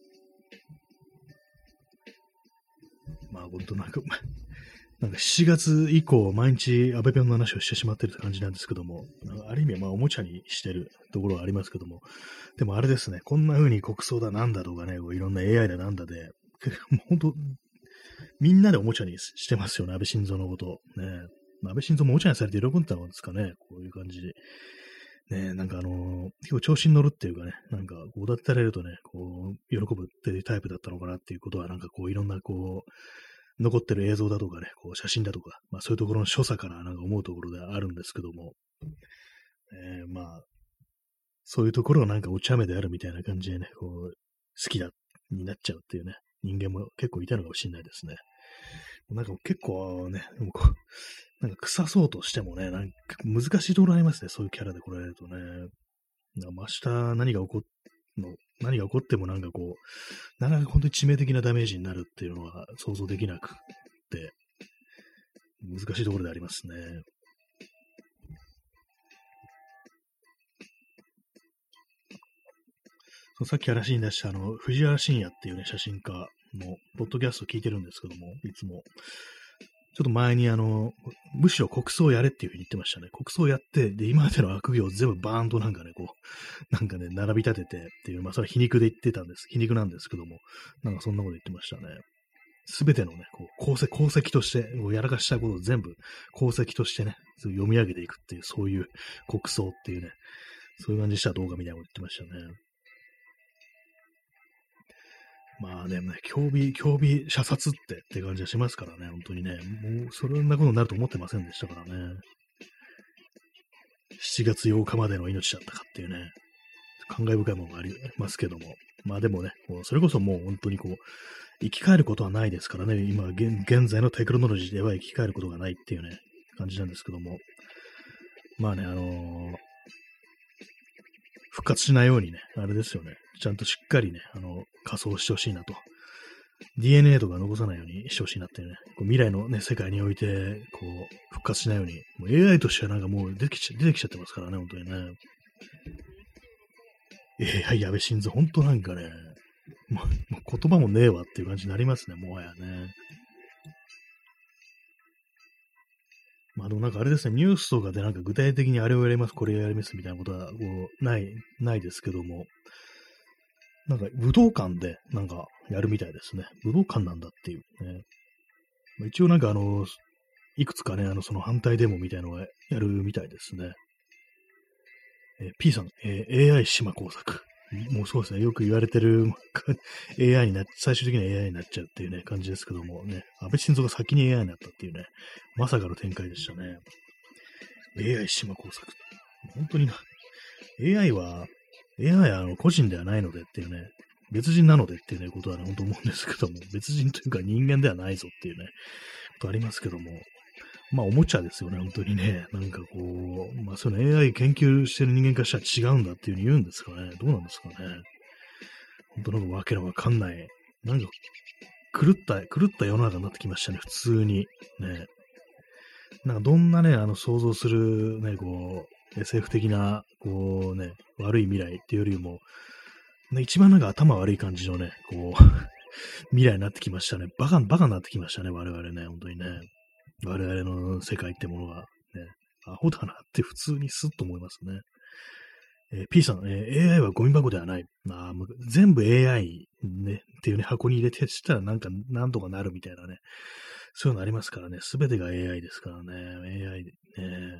S1: まあ、本当なんか、なんかしちがつ以降、毎日、アベペンの話をしてしまってるって感じなんですけども、ある意味、まあ、おもちゃにしてるところはありますけども、でもあれですね、こんな風に国葬だなんだとかね、こういろんな エーアイ だなんだで、もう本当、みんなでおもちゃにしてますよね、安倍晋三のこと。ね。まあ、安倍晋三もおもちゃにされて喜んでたんですかね、こういう感じで。ね、なんかあのー結構調子に乗るっていうかね、なんか、こう、だってられるとね、こう、喜ぶっていうタイプだったのかなっていうことは、なんかこう、いろんなこう、残ってる映像だとかね、こう、写真だとか、まあそういうところの所作からなんか思うところではあるんですけども、えー、まあ、そういうところがなんかお茶目であるみたいな感じでね、こう、好きだ、になっちゃうっていうね、人間も結構いたのかもしれないですね。なんか結構ね、でもこう、なんか腐そうとしてもね、なんか難しいところありますね、そういうキャラで来られるとね。なんか明日何が起こっの、何が起こってもなんかこう、なかなか本当に致命的なダメージになるっていうのは想像できなくて、難しいところでありますね。そのさっき話に出したあの、藤原信也っていうね、写真家のポッドキャスト聞いてるんですけども、いつも。ちょっと前にあの、むしろ国葬やれっていうふうに言ってましたね。国葬やって、で、今までの悪行を全部バーンとなんかね、こう、なんかね、並び立ててっていう、まあそれは皮肉で言ってたんです。皮肉なんですけども、なんかそんなこと言ってましたね。すべてのね、こう功績、功績として、こうやらかしたことを全部功績としてね、読み上げていくっていう、そういう国葬っていうね、そういう感じした動画みたいなこと言ってましたね。まあでもね、競技、競技射殺ってって感じがしますからね、本当にね。もう、そんなことになると思ってませんでしたからね。しちがつようかまでの命だったかっていうね、感慨深いものがありますけども。まあでもね、こうそれこそもう本当にこう、生き返ることはないですからね、今現、現在のテクノロジーでは生き返ることがないっていうね、感じなんですけども。まあね、あのー復活しないようにね、あれですよね。ちゃんとしっかりね、あの、仮装してほしいなと。ディーエヌエー とか残さないようにしてほしいなってね、こう未来のね、世界において、こう、復活しないように、もう エーアイ としてはなんかもう出てきちゃ出てきちゃってますからね、本当にね。エーアイ 安倍晋三、本当なんかね、もうもう言葉もねえわっていう感じになりますね、もはやね。まあでもなんかあれですね、ニュースとかでなんか具体的にあれをやります、これをやりますみたいなことは、こう、ない、ないですけども、なんか武道館でなんかやるみたいですね。武道館なんだっていうね。まあ一応なんかあの、いくつかね、あの、その反対デモみたいなのがやるみたいですね。えー P さん、えー エーアイ 島工作。もうそうですね、よく言われてるエーアイ になっ、最終的には エーアイ になっちゃうっていうね、感じですけどもね、安倍晋三が先に エーアイ になったっていうね、まさかの展開でしたね。エーアイ 島工作。本当にな、エーアイ は、エーアイ はあの個人ではないのでっていうね、別人なのでっていうね、ことはね、本当思うんですけども、別人というか人間ではないぞっていうね、ことありますけども、まあ、おもちゃですよね、本当にね。なんかこう、まあ、その エーアイ 研究してる人間からしたら違うんだっていうふうに言うんですかね。どうなんですかね。本当なんかわけのわかんない。なんか、狂った、狂った世の中になってきましたね、普通に。ね。なんかどんなね、あの、想像するね、こう、エスエフ 的な、こうね、悪い未来っていうよりも、 ね、一番なんか頭悪い感じのね、こう、未来になってきましたね。バカ、バカになってきましたね、我々ね、本当にね。我々の世界ってものが、ね、アホだなって普通にスッと思いますね。えー、P さん、えー、エーアイ はゴミ箱ではない。まあ、全部 エーアイ、ね、っていうね、箱に入れてしたらなんか、なんとかなるみたいなね。そういうのありますからね。すべてが エーアイ ですからね。エーアイ、ね。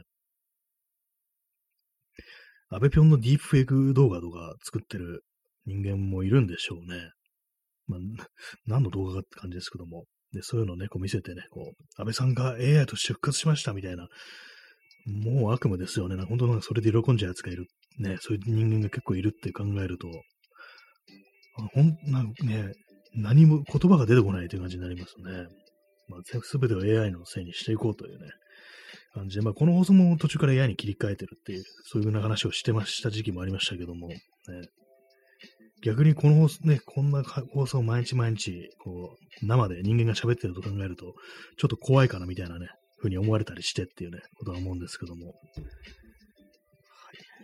S1: アベピョンのディープフェイク動画とか作ってる人間もいるんでしょうね。まあ、何の動画かって感じですけども。で、そういうのをね、こう見せてね、こう、安倍さんが エーアイ として復活しましたみたいな、もう悪夢ですよね。本当なんかそれで喜んじゃうやつがいる。ね、そういう人間が結構いるって考えると、ほん、なんかね、何も言葉が出てこないという感じになりますね。まあ、すべてを エーアイ のせいにしていこうというね、感じで、まあ、この放送も途中から エーアイ に切り替えてるっていう、そういうような話をしてました時期もありましたけども、ね、逆にこの放送、ね、こんな放送を毎日毎日、こう、生で人間が喋ってると考えると、ちょっと怖いかなみたいなね、ふうに思われたりしてっていうね、ことは思うんですけども、はい、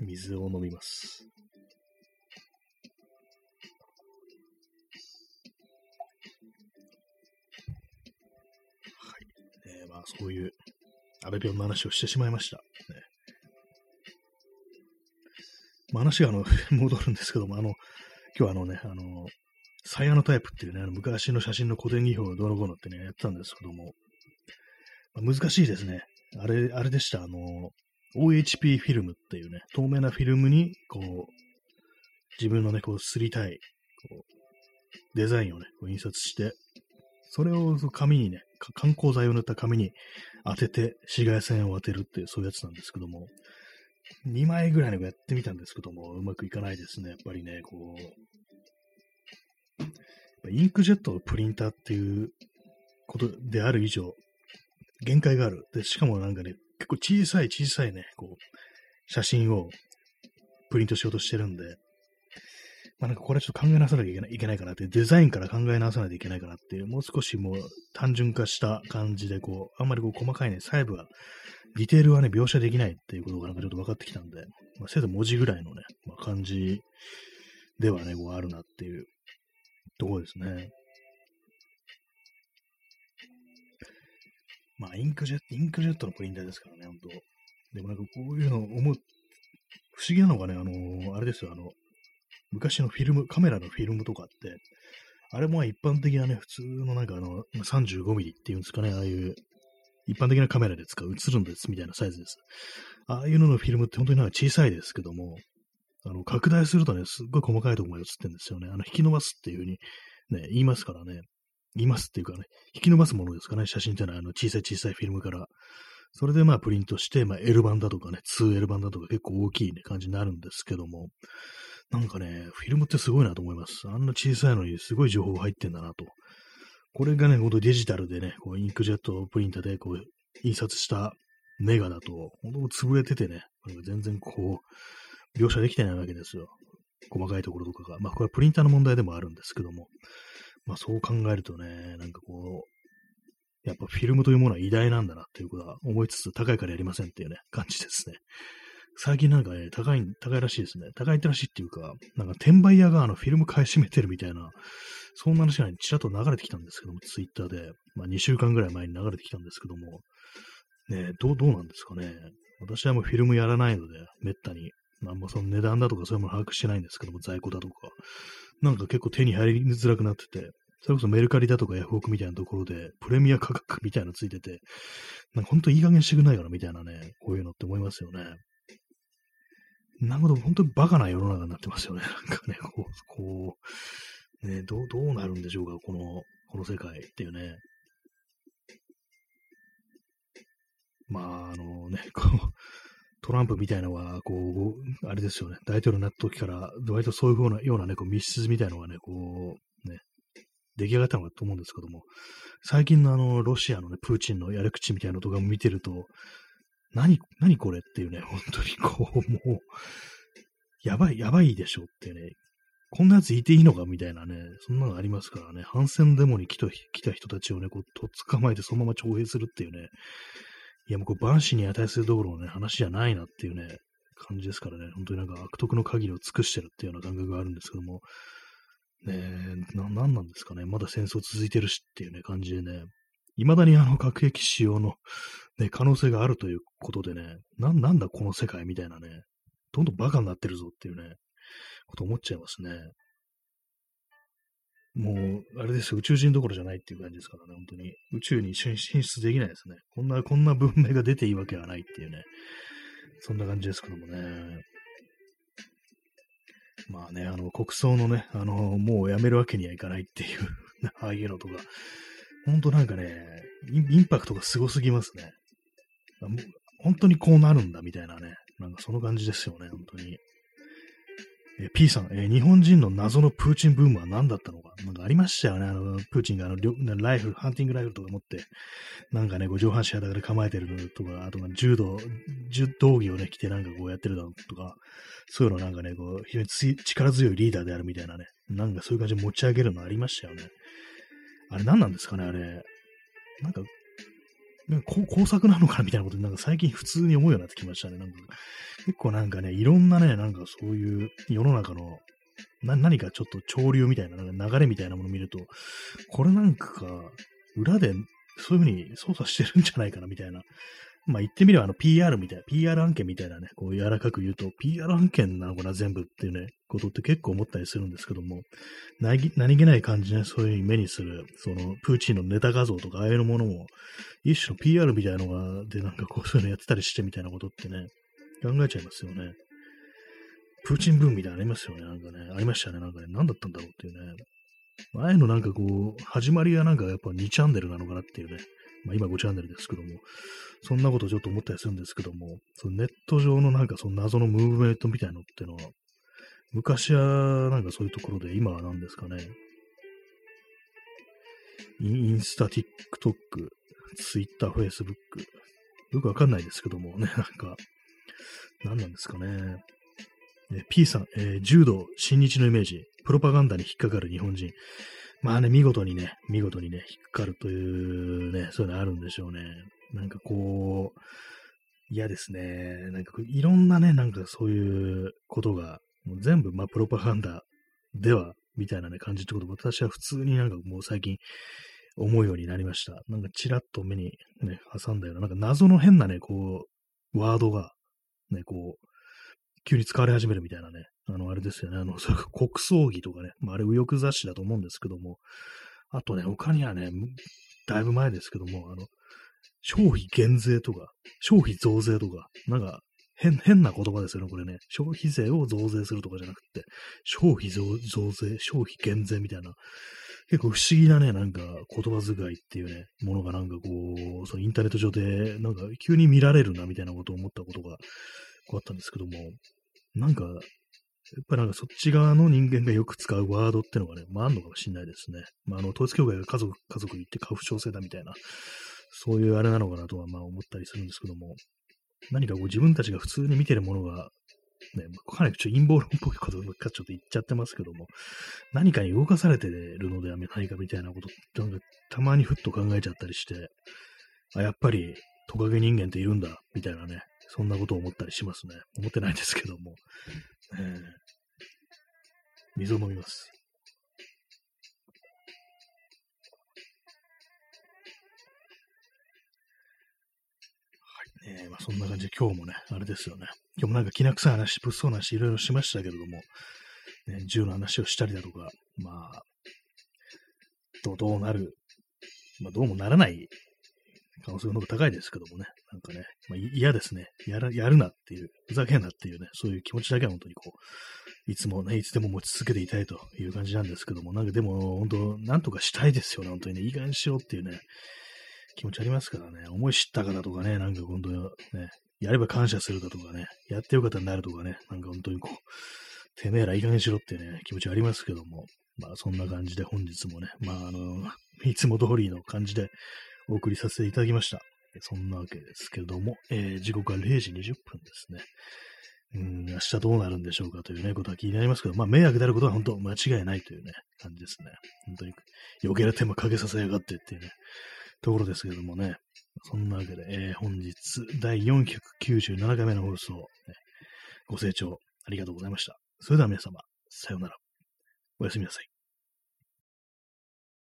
S1: 水を飲みます。はい、えー、まあ、そういう、安倍病の話をしてしまいました。ね、まあ、話があの戻るんですけども、あの、今日はあのね、あの、サイアノタイプっていうね、あの昔の写真の古典技法をどうのこうのってね、やってたんですけども、まあ、難しいですね。あれ、あれでした、あの、オーエイチピー フィルムっていうね、透明なフィルムに、こう、自分のね、こう、すりたい、こう、デザインをね、こう印刷して、それを紙にね、観光剤を塗った紙に当てて、紫外線を当てるっていう、そういうやつなんですけども、にまいぐらいのやってみたんですけども、うまくいかないですね。やっぱりね、こう、インクジェットのプリンターっていうことである以上、限界がある。で、しかもなんかね、結構小さい小さいね、こう、写真をプリントしようとしてるんで、まあなんかこれちょっと考え直さなきゃいけない、いけないかなって、デザインから考え直さないといけないかなっていう、もう少しもう単純化した感じで、こう、あんまりこう細かいね、細部は、ディテールはね、描写できないっていうことがなんかちょっと分かってきたんで、まあ、せいぜい文字ぐらいのね、まあ、感じではね、こうあるなっていうところですね。まあ、インクジェット、インクジェットのプリンターですからね、ほんと。でもなんかこういうのを思う、不思議なのがね、あのー、あれですよ、あの、昔のフィルム、カメラのフィルムとかって、あれも一般的なね、普通のなんかあの、さんじゅうごミリっていうんですかね、ああいう一般的なカメラで使う映るんですみたいなサイズです。ああいうののフィルムって本当になんか小さいですけども、あの、拡大するとね、すっごい細かいところまで映ってるんですよね。あの、引き伸ばすっていう風にね、言いますからね。言いますっていうかね、引き伸ばすものですかね、写真ってのは、あの、小さい小さいフィルムから。それでまあ、プリントして、まあ、L 版だとかね、ツーエル 版だとか結構大きいね、感じになるんですけども、なんかね、フィルムってすごいなと思います。あんな小さいのにすごい情報が入ってんだなと。これがね、ほんとデジタルでね、こうインクジェットプリンターでこう印刷したメガだと、ほんと潰れててね、全然こう、描写できてないわけですよ。細かいところとかが。まあこれはプリンターの問題でもあるんですけども、まあそう考えるとね、なんかこう、やっぱフィルムというものは偉大なんだなっていうことは思いつつ、高いからやりませんっていうね、感じですね。最近なんかね、高い、高いらしいですね。高いらしいっていうか、なんか転売屋があのフィルム買い占めてるみたいな、そんな話がね、ちらっと流れてきたんですけども、ツイッターで、まあにしゅうかんぐらい前に流れてきたんですけども、ね、どう、どうなんですかね。私はもうフィルムやらないので、めったに、まあもうその値段だとかそういうもの把握してないんですけども、在庫だとか、なんか結構手に入りづらくなってて、それこそメルカリだとかヤフオクみたいなところで、プレミア価格みたいなのついてて、なんかほんといい加減してくんないかなみたいなね、こういうのって思いますよね。なるほど、本当にバカな世の中になってますよね。なんかね、こう、こう、ね、どう、どうなるんでしょうか、この、この世界っていうね。まあ、あのね、こう、トランプみたいなのは、こう、あれですよね、大統領になった時から、割とそういうふうなようなね、こう密室みたいなのがね、こう、ね、出来上がったのかと思うんですけども、最近のあの、ロシアのね、プーチンのやり口みたいなのとかも見てると、何、何これっていうね、本当にこう、もう、やばい、やばいでしょっていうね、こんなやついていいのかみたいなね、そんなのありますからね、反戦デモに来た来た人たちをね、こう、とっ捕まえてそのまま徴兵するっていうね、いやもうこう、万死に値するところのね、話じゃないなっていうね、 感じですからね、本当になんか悪徳の限りを尽くしてるっていうような感覚があるんですけども、ねえ、な、なんなんですかね、まだ戦争続いてるしっていうね、感じでね、未だにあの核兵器使用の、ね、可能性があるということでね、な、なんだこの世界みたいなね、どんどんバカになってるぞっていうね、こと思っちゃいますね。もう、あれですよ、宇宙人どころじゃないっていう感じですからね、本当に。宇宙に進出できないですね。こんな、こんな文明が出ていいわけはないっていうね、そんな感じですけどもね。まあね、あの、国葬のね、あの、もうやめるわけにはいかないっていうああいうのとか、ほんとなんかね、インインパクトがすごすぎますね。あもう本当にこうなるんだみたいなね、なんかその感じですよね、本当に。えー P さん、えー日本人の謎のプーチンブームは何だったのか。なんかありましたよね、あの、プーチンがあの、りょライフル、ハンティングライフルとか持って、なんかね、こう上半身裸で構えてるのとか、あとは柔道、柔道着をね、着てなんかこうやってるのとか、そういうのなんかね、こう、非常につ力強いリーダーであるみたいなね、なんかそういう感じで持ち上げるのありましたよね。あれ何なんですかね、あれ。なんか、なんかこう工作なのかなみたいなことで、なんか最近普通に思うようになってきましたね。なんか結構なんかね、いろんなね、なんかそういう世の中のな何かちょっと潮流みたいな、なんか流れみたいなものを見ると、これなんか裏でそういうふうに操作してるんじゃないかなみたいな。まあ言ってみればあの ピーアール みたいな、ピーアール 案件みたいなね、こう柔らかく言うと、ピーアール 案件なのかな全部っていうね、ことって結構思ったりするんですけども、何何気ない感じでそういうふうに目にする、そのプーチンのネタ画像とかああいうものも、一種の ピーアール みたいなのが、でなんかこうそういうのやってたりしてみたいなことってね、考えちゃいますよね。プーチンブームみたいなのありますよね。なんかね、ありましたね。なんかね、何だったんだろうっていうね。ああいうのなんかこう、始まりはなんかやっぱにチャンネルなのかなっていうね。まあ今ごチャンネルですけども、そんなことをちょっと思ったりするんですけども、そのネット上のなんかその謎のムーブメントみたいなのってのは、昔はなんかそういうところで、今は何ですかね。インインスタ、ティックトック、ツイッター、フェイスブック。よくわかんないですけどもね、なんか、何なんですかね。え P さん、えー柔道、新日のイメージ、プロパガンダに引っかかる日本人。まあね、見事にね、見事にね、引っかかるというね、そういうのあるんでしょうね。なんかこう、嫌ですね。なんかこういろんなね、なんかそういうことが、もう全部、まあ、プロパガンダでは、みたいなね、感じってことを私は普通になんかもう最近思うようになりました。なんかちらっと目にね、挟んだような、なんか謎の変なね、こう、ワードが、ね、こう、急に使われ始めるみたいなね、あの、あれですよね、あの、そういう国葬儀とかね、まあ、あれ右翼雑誌だと思うんですけども、あとね、他にはね、だいぶ前ですけども、あの、消費減税とか、消費増税とか、なんか、変、変な言葉ですよね、これね。消費税を増税するとかじゃなくて、消費増増税、消費減税みたいな、結構不思議なね、なんか言葉遣いっていうね、ものがなんかこう、そのインターネット上で、なんか急に見られるなみたいなことを思ったことがこうあったんですけども、なんか、やっぱりなんかそっち側の人間がよく使うワードってのがね、まああるのかもしれないですね。まああの、統一教会が家族、家族言って家父長制だみたいな、そういうあれなのかなとはまあ思ったりするんですけども、何かこう自分たちが普通に見てるものが、ね、かなりちょっと陰謀論っぽいことかちょっと言っちゃってますけども、何かに動かされてるのではないかみたいなことってなんかたまにふっと考えちゃったりして、あ、やっぱりトカゲ人間っているんだ、みたいなね、そんなことを思ったりしますね。思ってないですけども。えー、水を飲みます。えーまあ、そんな感じで今日もね、あれですよね。今日もなんかきな臭い話、物騒な話いろいろしましたけれども、ね、銃の話をしたりだとか、まあ、どうどうなる、まあ、どうもならない可能性の方が高いですけどもね、なんかね、まあ、嫌ですね。やら、やるなっていう、ふざけんなっていうね、そういう気持ちだけは本当にこう、いつもね、いつでも持ち続けていたいという感じなんですけども、なんかでも、本当、なんとかしたいですよね、本当にね、いい加減にしろっていうね、気持ちありますからね、思い知った方とかね、なんか本当にね、やれば感謝するだとかね、やってよかったになるとかね、なんか本当にこう、てめえらいい加減にしろっていうね、気持ちありますけども、まあそんな感じで本日もね、まああの、いつも通りの感じでお送りさせていただきました。そんなわけですけども、えー、時刻はれいじにじゅっぷんですね。うん、明日どうなるんでしょうかというね、ことは気になりますけど、まあ迷惑であることは本当間違いないというね、感じですね。本当に余計な手間かけさせやがってっていうね、ところですけどもね。そんなわけで、えー、本日、だいよんひゃくきゅうじゅうななかいめの放送、ね、 ご清聴ありがとうございました。それでは皆様、さようなら。おやすみなさい。